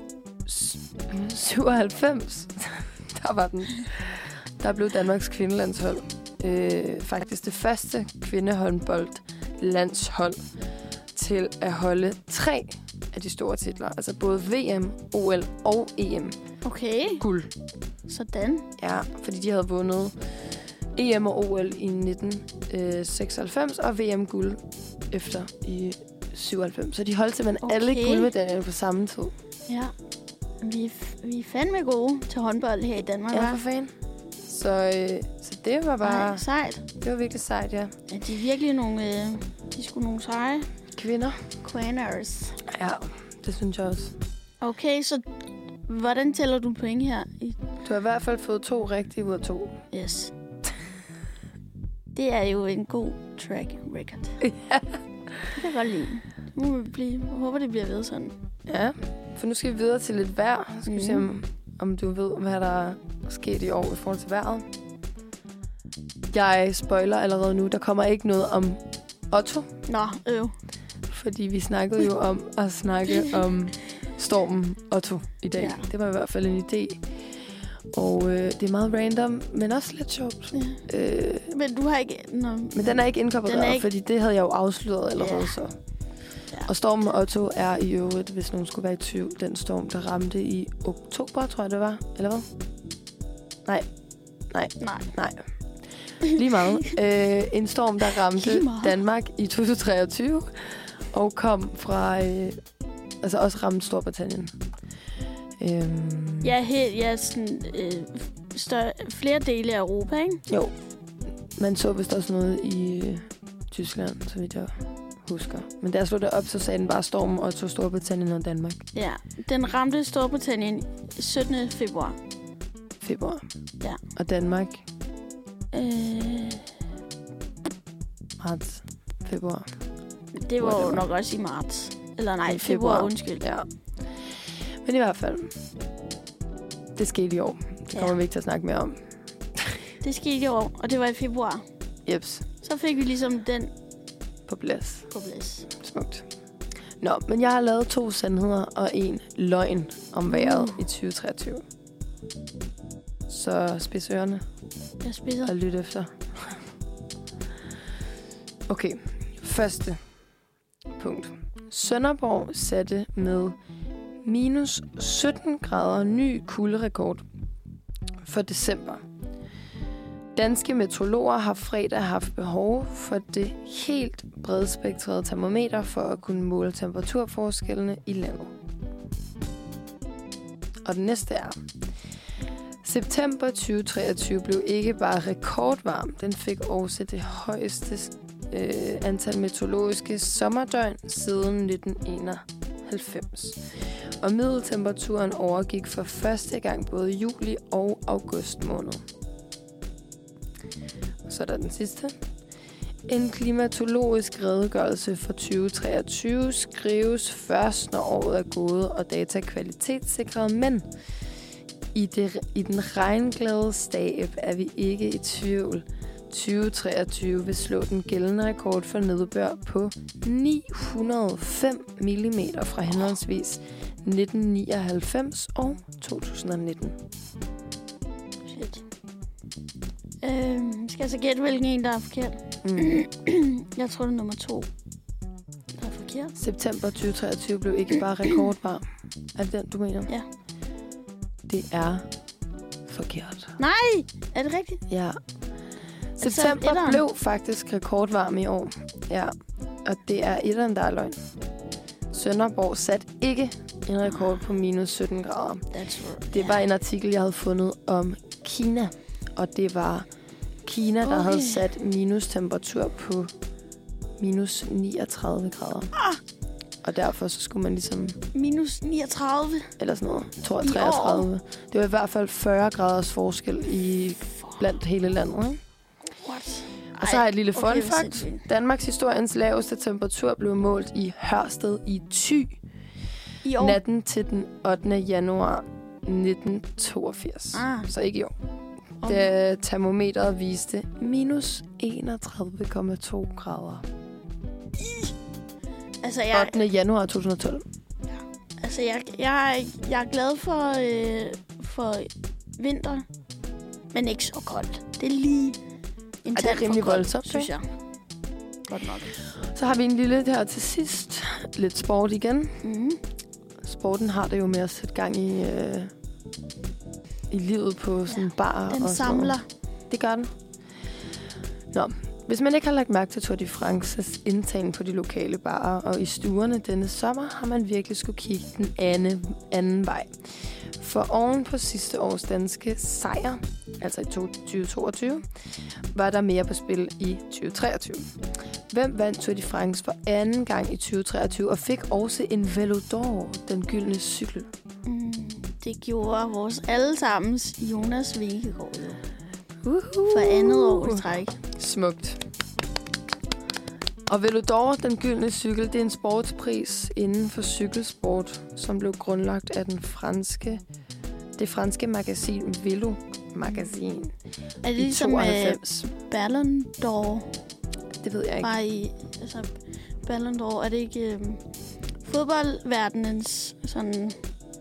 syvoghalvfems, der var den... Der blev Danmarks kvindelandshold øh, faktisk det første kvindehåndboldlandshold til at holde tre af de store titler. Altså både V M, O L og E M. Okay, Guld. sådan. Ja, fordi de havde vundet E M og O L i nitten seksoghalvfems og V M-guld efter i syvoghalvfems. Så de holdt simpelthen Okay. alle guldmedaljerne på samme tid. Ja. Vi er, f- vi er fandme gode til håndbold her i Danmark, Ja, hva'? for fanden. Så, øh, så det var bare... Ej, sejt. Det var virkelig sejt, ja. Ja, de er virkelig nogle... Øh, de er sgu nogle seje Kvinder. queeners. Ja, det synes jeg også. Okay, så hvordan tæller du point her? I- Du har i hvert fald fået to rigtige ud af to. Yes. Det er jo en god track record. Ja. Det kan jeg godt lide. Nu må vi blive, jeg håber, det bliver ved sådan. Ja, for nu skal vi videre til lidt vejr. Så skal vi se, Mhm. om, om du ved, hvad der er sket i år i forhold til vejret. Jeg spoiler allerede nu. Der kommer ikke noget om Otto, Nå, øv. fordi vi snakkede jo om at snakke om stormen Otto i dag. Ja. Det var i hvert fald en idé. Og øh, det er meget random, men også lidt sjovt. Ja. Øh, Men du har ikke... Nå. men den er ikke inkorporeret, Den er ikke- fordi det havde jeg jo afsløret allerede Ja. så. Ja. Og stormen Otto er i øvrigt, hvis nogen skulle være i tvivl, den storm, der ramte i oktober, tror jeg det var. Eller hvad? Nej. Nej. Nej. Nej. Lige meget. øh, en storm, der ramte Lige meget. Danmark i to tusind og treogtyve, og kom fra... Øh, altså også ramte Storbritannien. Øhm, Ja, helt, ja, sådan, øh, større, flere dele af Europa, ikke? Jo. Man så vist også noget i øh, Tyskland, så vidt jeg husker. Men da jeg slog det op, så sagde den bare stormen og tog Storbritannien og Danmark. Ja, den ramte Storbritannien syttende februar. Februar. Ja. Og Danmark Øh, Marts. Februar. det var jo Whatever. nok også i marts. Eller nej, I februar, februar. undskyld. Ja. Men i hvert fald. Det skete i år. Det kommer Ja. vi ikke til at snakke mere om. Det skete i år, og det var i februar. Jeps. Så fik vi ligesom den På plads. på plads. Smukt. Nå, men jeg har lavet to sandheder og en løgn om vejret Uh. i tyve treogtyve. Så spids ørerne Jeg spidser. og lyt efter. Okay, første punkt. Sønderborg satte med minus sytten grader ny kulderekord for december. Danske meteorologer har fredag haft behov for det helt bredspektrede termometer for at kunne måle temperaturforskellene i landet. Og den næste er: september tyve treogtyve blev ikke bare rekordvarm, den fik også det højeste øh, antal meteorologiske sommerdøgn siden nitten enoghalvfems. Og middeltemperaturen overgik for første gang både juli og august måned. Så er der den sidste. En klimatologisk redegørelse for tyve treogtyve skrives først, når året er gået og data kvalitetssikret, men i, det, i den regnglade stab er vi ikke i tvivl. tyve treogtyve vil slå den gældende rekord for nedbør på ni hundrede og fem millimeter fra henholdsvis nitten nioghalvfems og to tusind og nitten. Shit. Øh, skal jeg så gætte, hvilken en, der er forkert? Mm. Jeg tror, det er nummer to, der er forkert. September tyve treogtyve blev ikke bare rekordvarm. Er det den, du mener? Ja. Det er forkert. Nej! Er det rigtigt? Ja. Altså, September etteren? blev faktisk rekordvarm i år. Ja. Og det er etteren, der er løgn. Sønderborg satte ikke en rekord på minus sytten grader. That's right. Det var en artikel, jeg havde fundet om Kina. Og det var Kina, der Okay. havde sat minustemperatur på minus niogtredive grader. Ah! Og derfor så skulle man ligesom, Minus niogtredive. eller sådan noget, I treogtredive. Det var i hvert fald fyrre graders forskel i blandt hele landet, ikke? What? Og så har jeg et lille fun okay, hvor fact. sindssygt. Danmarks historiens laveste temperatur blev målt i Hørsted i Thy I år? natten til den ottende januar nitten toogfirs. Ah. Så ikke i år. Okay. Da termometeret viste minus enogtredive komma to grader. Altså, jeg, ottende januar to tusind og tolv. altså jeg, jeg, jeg er glad for, øh, for vinter, men ikke så koldt. Det er lige en det er tand for rimelig koldt, voldsomt, synes ikke? jeg. Godt nok. Så har vi en lille her til sidst. Lidt sport igen. Mm. Sporten har det jo med at sætte gang i, øh, i livet på sådan ja, bar Den og sådan noget. samler. Det gør den. Nå, hvis man ikke har lagt mærke til Tour de France's indtagning på de lokale barer og i stuerne denne sommer, har man virkelig skulle kigge den anden, anden vej. For oven på sidste års danske sejr, altså i tyve toogtyve, var der mere på spil i tyve treogtyve. Hvem vandt Tour de France for anden gang i tyve treogtyve og fik også en Velodor, den gyldne cykel? Mm. Det gjorde vores allesammens Jonas Vingegaard jo. Uhuh. For andet år i træk. Smukt. Og Velodor, den gyldne cykel, det er en sportspris inden for cykelsport, som blev grundlagt af den franske, det franske magasin Velo Magasin Er det i ligesom med tooghalvfems. Ballon d'Or? Det ved jeg ikke. Bare i, altså, Ballon d'Or, er det ikke øhm, fodboldverdenens sådan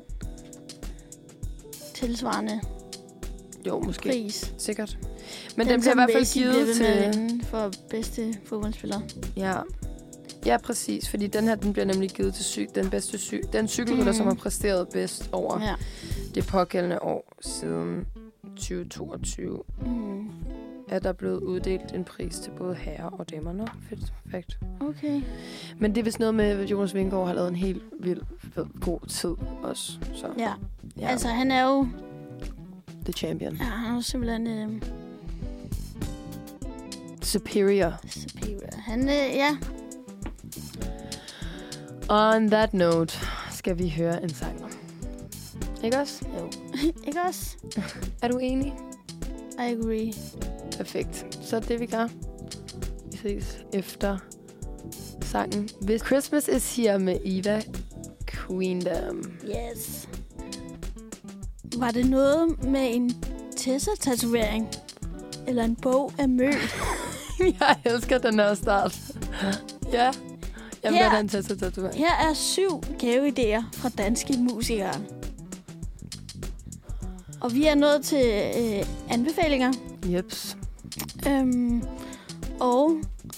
tilsvarende Jo, måske. pris? Sikkert. Men den, den bliver i hvert fald Messi givet bliver ved med at til... vinde for bedste fodboldspiller. Ja. Ja, præcis. Fordi den her, den bliver nemlig givet til cy- den bedste cy- den cykelrytter, Mhm. som har præsteret bedst over Ja. det pågældende år siden tyve toogtyve. Mm. Er der blevet uddelt en pris til både herrer og damer. Nå, fedt. Perfekt. Okay. Men det er vist noget med, at Jonas Vingegaard har lavet en helt vild fed, god tid også. Så, Ja. ja. Altså, han er jo... The champion. Ja, han er jo simpelthen... Øh, Superior. superior. Han, øh, ja. On that note skal vi høre en sang. Ikke også? Jo. Ikke også? Er du enig? I agree. Perfekt. Så er det, vi gør. Vi ses efter sangen. Hvis Christmas is Here med Eva Queendom. Yes. Var det noget med en Tessa-tatovering? Eller en bog af møl? Jeg elsker den her start. Ja, jeg vil Her- have en Tessa-tatovering. Her er syv gaveidéer fra danske musikere. Og vi er nået til øh, anbefalinger. Jeps. Øhm, og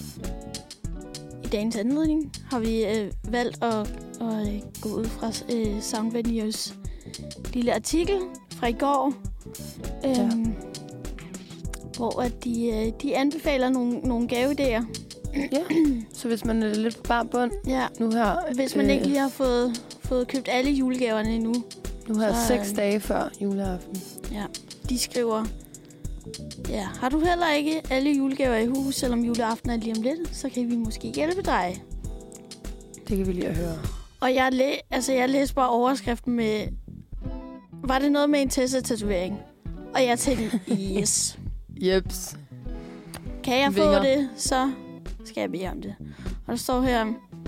i dagens anledning har vi øh, valgt at, at øh, gå ud fra øh, Soundvenues lille artikel fra i går. Øhm, ja. Hvor at de, øh, de anbefaler nogle, nogle gaveidéer. Ja, så hvis man er lidt på bar bund Ja. nu her... Hvis man øh, ikke lige har fået, fået købt alle julegaverne endnu. Nu her så, seks øh, dage før juleaften. Ja, de skriver... Ja, har du heller ikke alle julegaver i hus, selvom juleaften er lige om lidt, så kan vi måske hjælpe dig. Det kan vi lige at høre. Og jeg, læ- altså, jeg læste bare overskriften med... Var det noget med en Tessa-tatovering? Og jeg tænkte, yes. Jeps. Kan jeg Vinger. få det, så skal jeg bede om det. Og der står her...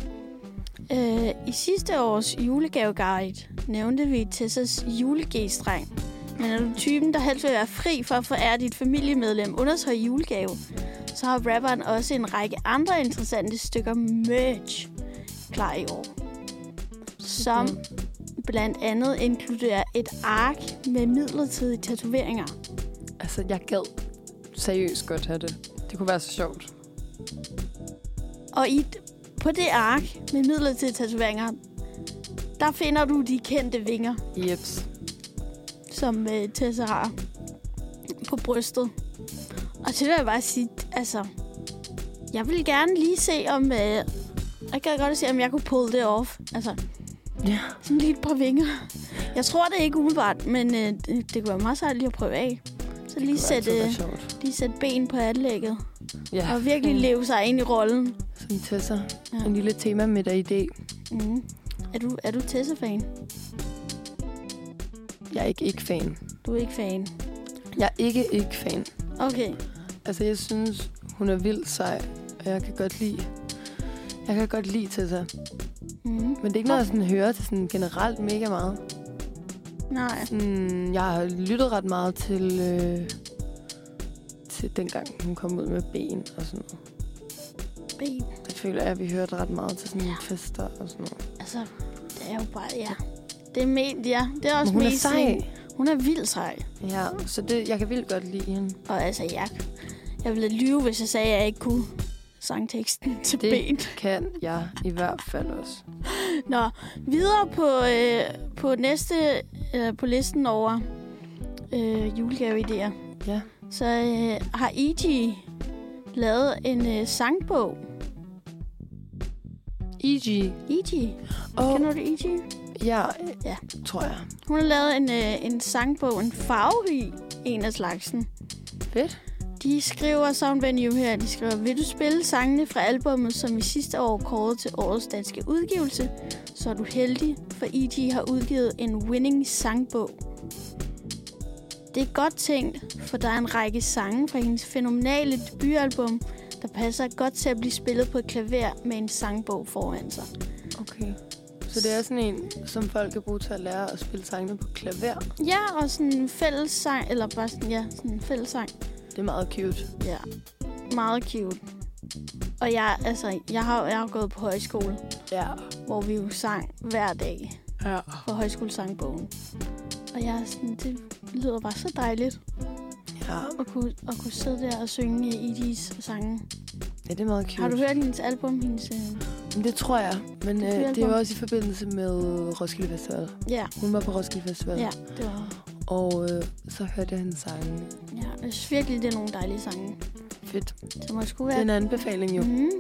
Øh, I sidste års julegaveguide nævnte vi Tessas julegestreng. Men er du typen, der helst vil være fri for at forære dit familiemedlem undertøj i julegave, så har rapperen også en række andre interessante stykker merch klar i år. Som blandt andet inkluderer et ark med midlertidige tatoveringer. Altså, jeg gad seriøst godt have det. Det kunne være så sjovt. Og i, på det ark med midlertidige tatoveringer, der finder du de kendte vinger, Jeps. som uh, Tessa har på brystet. Og det vil jeg bare sige, altså, jeg vil gerne lige se, om uh, jeg kan godt se, om jeg kunne pull det off. Altså, Ja. sådan lige et par vinger. Jeg tror det er ikke umiddelbart, men uh, det, det kunne være meget sejt lige at prøve af. Så lige sætte, Det sjovt. lige sætte ben på anlægget. Ja. Og virkelig leve sig ind i rollen. Sådan Tessa. Ja. En lille tema med dig idé. Mm. Er du, er du Tessa-fan? Jeg er ikke ikke-fan. Du er ikke fan. Jeg er ikke ikke-fan. Okay. Altså, jeg synes, hun er vildt sej. Og jeg kan godt lide... Jeg kan godt lide Tessa. Mm. Men det er ikke noget, jeg sådan hører til sådan generelt mega meget. Nej. Sådan, jeg har lyttet ret meget til... Øh, til dengang hun kom ud med ben og sådan noget. Ben. Det føler jeg, at vi hørte ret meget til sådan fester og sådan noget. Altså, det er jo bare, ja. Det er ment, ja. Det er også Men hun er mest sej. sådan- Hun er vildt sej. Ja, så det, jeg kan vildt godt lide hende. Og altså, jeg, jeg ville lyve, hvis jeg sagde, at jeg ikke kunne sangteksten til Det ben. kan jeg i hvert fald også. Nå, videre på, øh, på næste, øh, på listen over øh, julegaveidéer. Ja. Så øh, har E G lavet en øh, sangbog. E G. E G. Oh, Kender du E G? ja, Ja. tror jeg. Hun har lavet en, øh, en sangbog, en farverig en af slagsen. Fedt. De skriver Soundvenue her, de skriver, vil du spille sangene fra albummet, som i sidste år kårede til årets danske udgivelse, så er du heldig, for E G har udgivet en winning sangbog. Det er godt tænkt, for der er en række sange fra hendes fænomenale debutalbum, der passer godt til at blive spillet på et klaver med en sangbog foran sig. Okay. Så det er sådan en, som folk kan bruge til at lære at spille sangene på klaver. Ja, og sådan en fællessang, eller bare sådan, ja, sådan en fællessang. Det er meget cute. Ja, meget cute. Og jeg, altså, jeg har, jeg har gået på højskole, Ja. hvor vi jo sang hver dag Ja. på højskolesangbogen. Og jeg er sådan, det lyder bare så dejligt Ja. at kunne, at kunne sidde der og synge E G's sange. Ja, det er meget cute. Har du hørt hendes album? Hendes, øh... Men det tror jeg. Men øh, Debutalbum? det er jo også i forbindelse med Roskilde Festival. Ja, Hun var på Roskilde Festival. ja, det var... Og øh, så hørte jeg hendes sange. Ja, jeg synes virkelig, det er nogle dejlige sange. Fedt. Det må sgu Det er være... en anbefaling jo. Mm-hmm.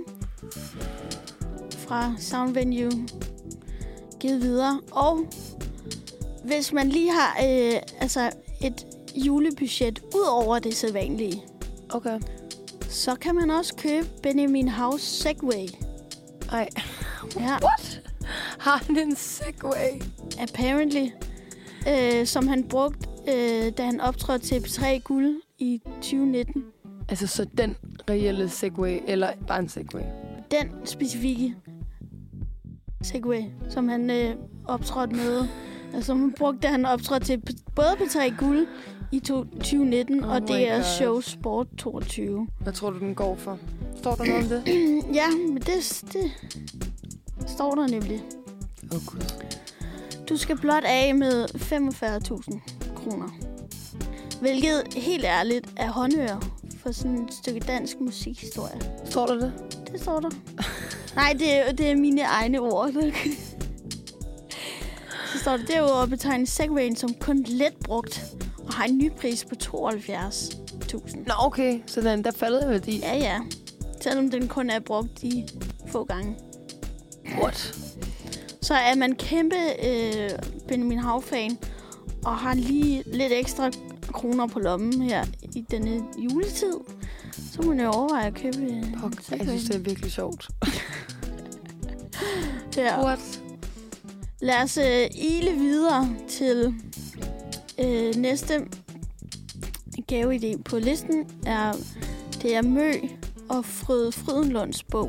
Fra Soundvenue. Givet videre. Og hvis man lige har øh, altså et julebudget ud over det sædvanlige, Okay. så kan man også købe Benjamin House Segway. Ej. Ja, What? Har han en Segway? apparently. Øh, som han brugte, øh, da han optrådte til P tre Guld i tyve nitten. Altså, så den reelle Segway, eller bare en Segway? Den specifikke Segway, som han øh, optrådte med, altså som han brugte, han optrådte til både P tre Guld i tyve nitten, oh og D R Show Sport toogtyve. Hvad tror du, den går for? Står der noget om det? Ja, men det, det står der nemlig. Åh, oh, Gud. Du skal blot af med femogfyrre tusind kroner. Hvilket helt ærligt er håndører for sådan et stykke dansk musikhistorie. Står der det? Det står der. Nej, det er, det er mine egne ord. Så står der derudover betegnet Segwayen som kun let brugt og har en ny pris på tooghalvfjerds tusind. Nå, okay. Så den der faldet i værdi. Ja, ja. Selvom den kun er brugt de få gange. What? Så er man kæmpe øh, Benjamin Hav-fan og har lige lidt ekstra kroner på lommen her i denne juletid, så må man jo overveje at købe en Pok, jeg synes, det er virkelig sjovt. Ja. What? Lad os øh, ile videre til øh, næste gaveidé på listen. Er, det er Mø og Frøde Frydenlunds bog.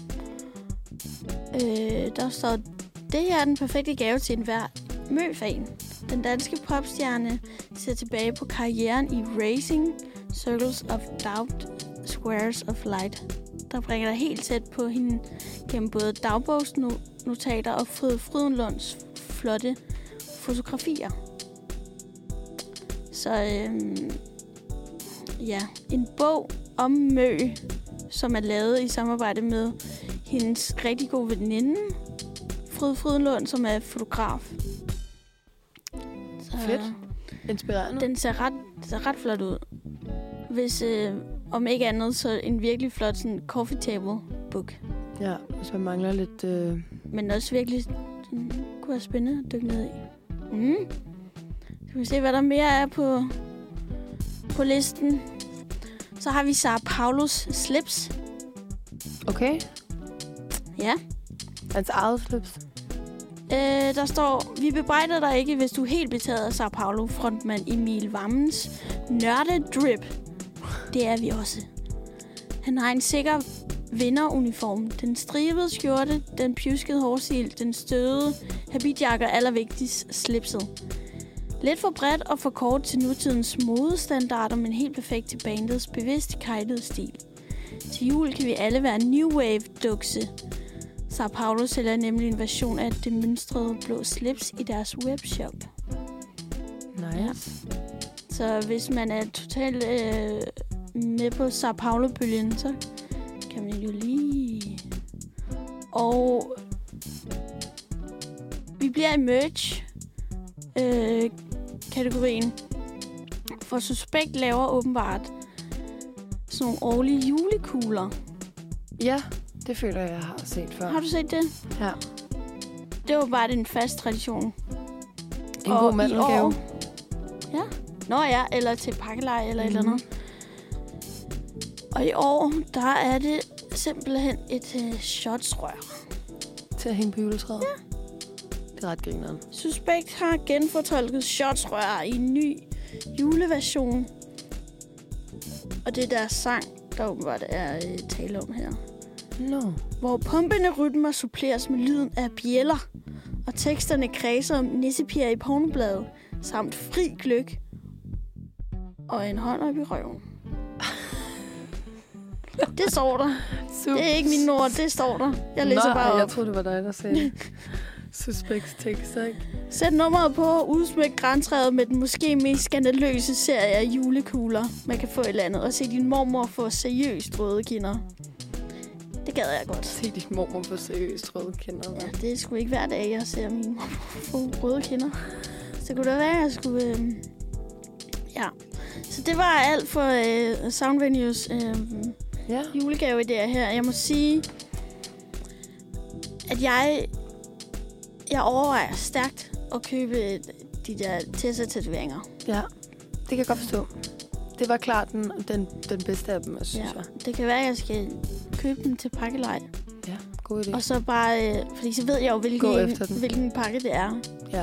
Øh, der står, det her er den perfekte gave til enhver Mø-fan. Den danske popstjerne ser tilbage på karrieren i Racing, Circles of Doubt, Squares of Light, der bringer dig helt tæt på hende gennem både dagbogsnotater og Frøde Frydenlunds flotte fotografier. Så øhm, ja, en bog om Mø, som er lavet i samarbejde med hendes rigtig gode veninde, Frøde Frydenlund, som er fotograf. Så, fedt. Inspirerende. Den ser ret, ser ret flot ud. Hvis, øh, om ikke andet, så en virkelig flot sådan, coffee table book. Ja, hvis man mangler lidt... Øh... Men også virkelig sådan, kunne være spændende at dykke ned i. Mm. Skal vi se, hvad der mere er på, på listen. Så har vi Sara Paulos slips. Okay. Ja. Hans eget slips. Øh, der står, vi bebrejder dig ikke, hvis du er helt betaget af Sara Paulo, frontmand Emil Wammens nørde-drip. Det er vi også. Han har en sikker vinderuniform. Den stribede skjorte, den pjuskede hårstil, den støvede habitjakke og allervigtigst slipset. Lidt for bredt og for kort til nutidens modestandarder, men helt perfekt til bandets bevidst kajtede stil. Til jul kan vi alle være New Wave-dukse. Sara Paulo sælger nemlig en version af det mønstrede blå slips i deres webshop. Nice. Ja. Så hvis man er totalt øh, med på Sara Paulo-bølgen, så kan man jo lige... Og vi bliver i merch-kategorien. Øh, For Suspekt laver åbenbart sådan nogle årlige julekugler. Ja, det føler jeg, jeg har set før. Har du set det? Ja. Det var bare en fast tradition. En og god mandelgave. Ja. Nå ja, eller til pakkelej eller mm-hmm. et eller andet. Og i år, der er det simpelthen et uh, shotsrør. Til at hænge på juletræet? Ja. Det er ret grineren. Suspekt har genfortolket shotsrør i en ny juleversion. Og det er deres sang, der åbenbart er uh, tale om her. No. Hvor pumpende rytmer suppleres med lyden af bjæller, og teksterne kredser om nissepiger i pornobladet, samt fri gløk og en hånd op i røven. Det står der. Super. Det er ikke mine ord, det står der. Jeg læser Nå, bare op. jeg troede, det var dig, der sagde Suspects tekster, ikke? Sæt nummeret på og udsmæk grantræet med den måske mest skandaløse serie af julekugler, man kan få i landet, og se din mormor få seriøst røde kinder. Det gad jeg godt. Se din mormor få seriøst røde kinder. Ja, det er sgu ikke hver dag, jeg ser min mormor få røde kinder. Så kunne det være, at jeg skulle... Øh... Ja. Så det var alt for øh, Soundvenues øh, ja. julegave i det her. Jeg må sige, at jeg... Jeg overvejer stærkt at købe de der Tessa-tatoveringer. Ja, det kan jeg godt forstå. Det var klart den, den, den bedste af dem, jeg synes ja, jeg. det kan være, at jeg skal købe dem til pakkelej. Ja, god idé. Og så bare... Øh, fordi så ved jeg jo, hvilken, hvilken pakke det er. Ja.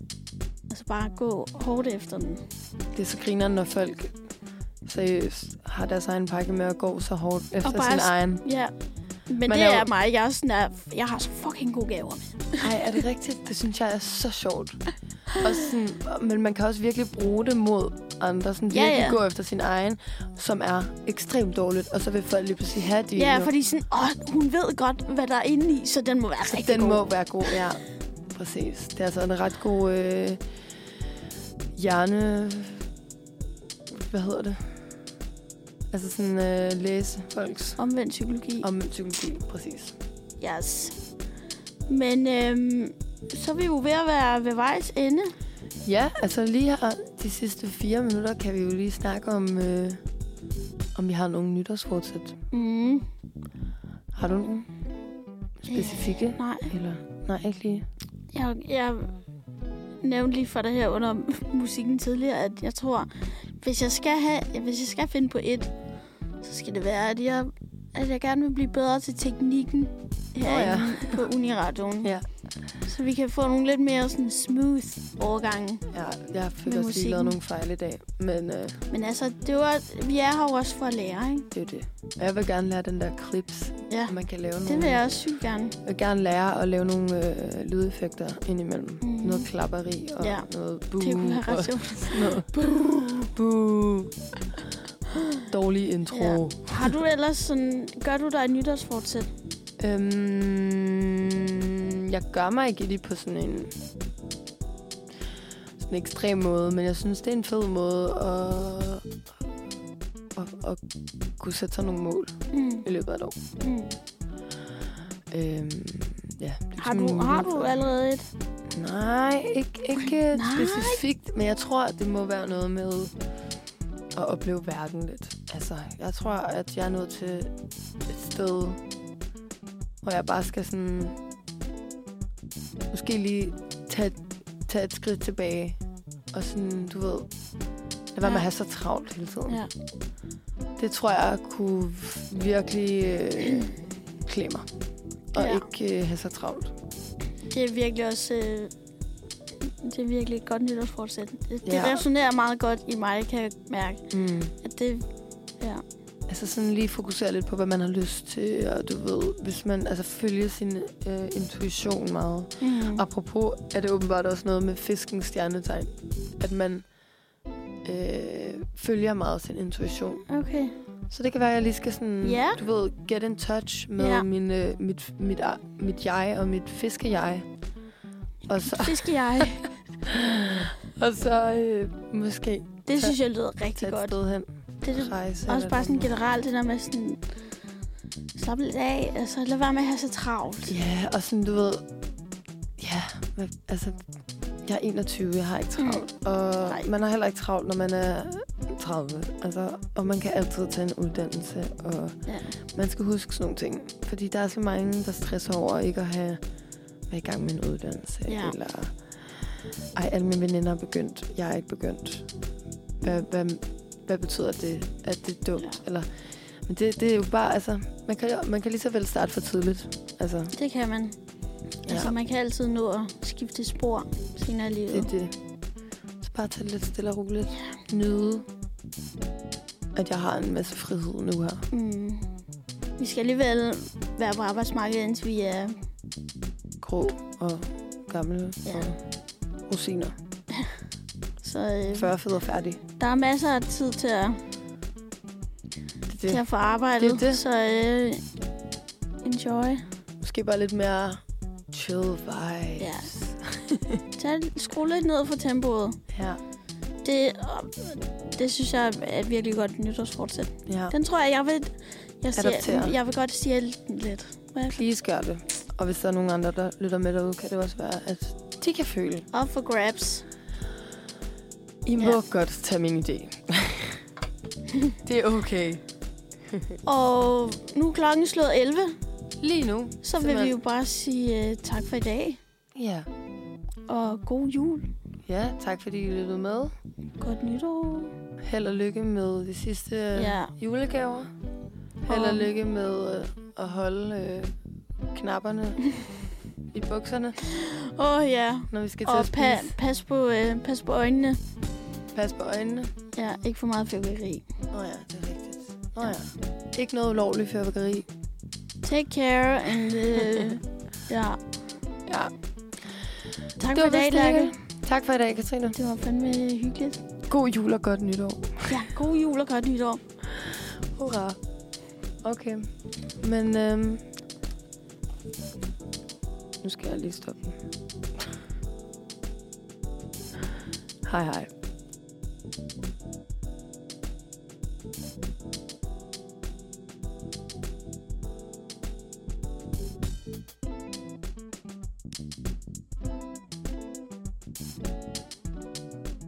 Og så bare gå hårdt efter den. Det er så grineren, når folk seriøst har deres egen pakke med at gå så hårdt efter bare sin s- egen. Ja. Men Man det er jo- er mig. Jeg er sådan der, jeg har så fucking gode gaver med. Ej, er det rigtigt? Det synes jeg er så sjovt. Og sådan, men man kan også virkelig bruge det mod andre. Sådan Ja, virkelig ja. gå efter sin egen, som er ekstremt dårligt. Og så vil folk lige pludselig have det. Ja, fordi sådan, åh, hun ved godt, hvad der er inde i, så den må være rigtig Den god. må være god, ja. Præcis. Det er altså en ret god øh, hjerne... Hvad hedder det? Altså sådan øh, læse folks Omvendt psykologi. omvendt psykologi. Præcis. Yes. Men øhm, så er vi jo ved at være ved vejs ende. Ja, altså lige her de sidste fire minutter kan vi jo lige snakke om, øh, om vi har nogle nytårsfortsæt. Mm. Har du nogle specifikke? Nej, Eller nej, ikke lige. jeg, jeg nævnte lige for dig her under musikken tidligere, at jeg tror, hvis jeg skal have, hvis jeg skal finde på et, så skal det være, at jeg, at jeg gerne vil blive bedre til teknikken herinde Åh, oh, ja. på Uniradioen. Ja. Så vi kan få nogle lidt mere sådan smooth overgange. Ja, jeg fik Med også lige musikken. lavet nogle fejl i dag, men øh, Men altså, det var, vi er her jo også for at lære, ikke? det er jo det. Og jeg vil gerne lære den der clips, Ja, man kan lave nogle. det vil jeg også sygt gerne. Jeg vil gerne lære at lave nogle øh, lydeffekter indimellem. Mhm. Noget klapperi og Ja. noget boo. Det kunne være og ret sjovt. sådan noget. Boo. Dårlig intro. Ja. Har du ellers sådan... Gør du dig et nytårsfortsæt? Øhm, jeg gør mig ikke lige på sådan en, sådan en ekstrem måde, men jeg synes, det er en fed måde at, at, at kunne sætte sig nogle mål Mm. i løbet af et år. Mm. Øhm, ja, det er Har, sådan du, en har mulighed du for- allerede et? Nej, ikke, ikke Nej. specifikt, men jeg tror, at det må være noget med at opleve verden lidt. Altså, jeg tror, at jeg er nået til et sted, hvor jeg bare skal sådan... Måske lige tage, tage et skridt tilbage. Og sådan, du ved... Lad være med Ja. at have så travlt hele tiden. Ja. Det tror jeg kunne virkelig øh, klæde mig. Og Ja. ikke øh, have så travlt. Det er virkelig også... Øh, det er virkelig et godt nytårsfortsæt. Det, det Ja. resonerer meget godt i mig, kan jeg mærke. Mm. At det... Ja. Altså sådan lige fokusere lidt på, hvad man har lyst til, og du ved, hvis man altså følger sin øh, intuition meget. Mm. Apropos er det åbenbart også noget med fiskens stjernetegn, at man øh, følger meget sin intuition. Okay. Så det kan være, at jeg lige skal sådan, Ja. du ved, get in touch med Ja. min, øh, mit, mit, mit, mit jeg og mit fiske-jeg. Og så, Det skal jeg. og så øh, måske Det synes jeg lyder rigtig tage et godt. sted hen. Det er det Rejse. også eller bare sådan noget. generelt, det der med sådan... Slappe lidt af. Altså, lad være med at have så travlt. Ja, og sådan, du ved... Ja, hvad- altså... Jeg er enogtyve, jeg har ikke travlt. Mm. Og Nej. man har heller ikke travlt, når man er tredive. Altså, og man kan altid tage en uddannelse, og Ja. man skal huske sådan nogle ting. Fordi der er så mange, der stresser over ikke at have været i gang med en uddannelse. Ja. Eller, ej, alle mine veninder er begyndt. Jeg er ikke begyndt. Hvad, hvad, hvad betyder det, at det er dumt? Ja. Eller, men det, det er jo bare, altså... Man kan, man kan lige så vel starte for tidligt. Altså, Det kan man. ja. Altså, man kan altid nå at skifte spor senere i livet. Det er det. Så bare tage det lidt stille og roligt. Nyde, at jeg har en masse frihed nu her. Mm. Vi skal alligevel være på arbejdsmarkedet, indtil vi er... Grå og gamle Ja. og rosiner. Så øh, fyrre fed og færdig. der er masser af tid til at, Det til er det. at få arbejdet. Det er det. Så øh, enjoy. Måske bare lidt mere chill vibes. Ja. Tag, skru lidt ned for tempoet. Ja. Det, det synes jeg er et virkelig godt nytårsfortsæt. ja. Den tror jeg, jeg vil... Jeg, siger, Adoptere. jeg vil godt sige lidt. Hvad? Please gør det. Og hvis der er nogen andre, der lytter med derude, kan det også være, at de kan føle. Up for grabs. I må Ja. godt tage min idé. Det er okay. Og nu er klokken slået elleve, Lige nu. så vil vi jo bare sige uh, tak for i dag. Ja. Og god jul. Ja, tak fordi I lyttede med. Godt nytår. Held og lykke med de sidste ja. Ja. julegaver. Held og Og- lykke med øh, at holde øh, knapperne i bukserne, Åh oh, ja. når vi skal til Og at spise. pa- pas, på, uh, pas på øjnene. Pas på øjnene. Ja, ikke for meget fyrværkeri. Åh oh ja, det er rigtigt. Nå ja. Ikke noget ulovligt fyrværkeri. Take care, and uh, ja. Ja. Tak Det for var i dag, vist det Lærke. hele. Tak for i dag, Katrine. Det var fandme hyggeligt. God jul og godt nytår. Ja, god jul og godt nytår. Hurra. Okay. Men øhm, nu skal jeg lige stoppe den. Hej hej.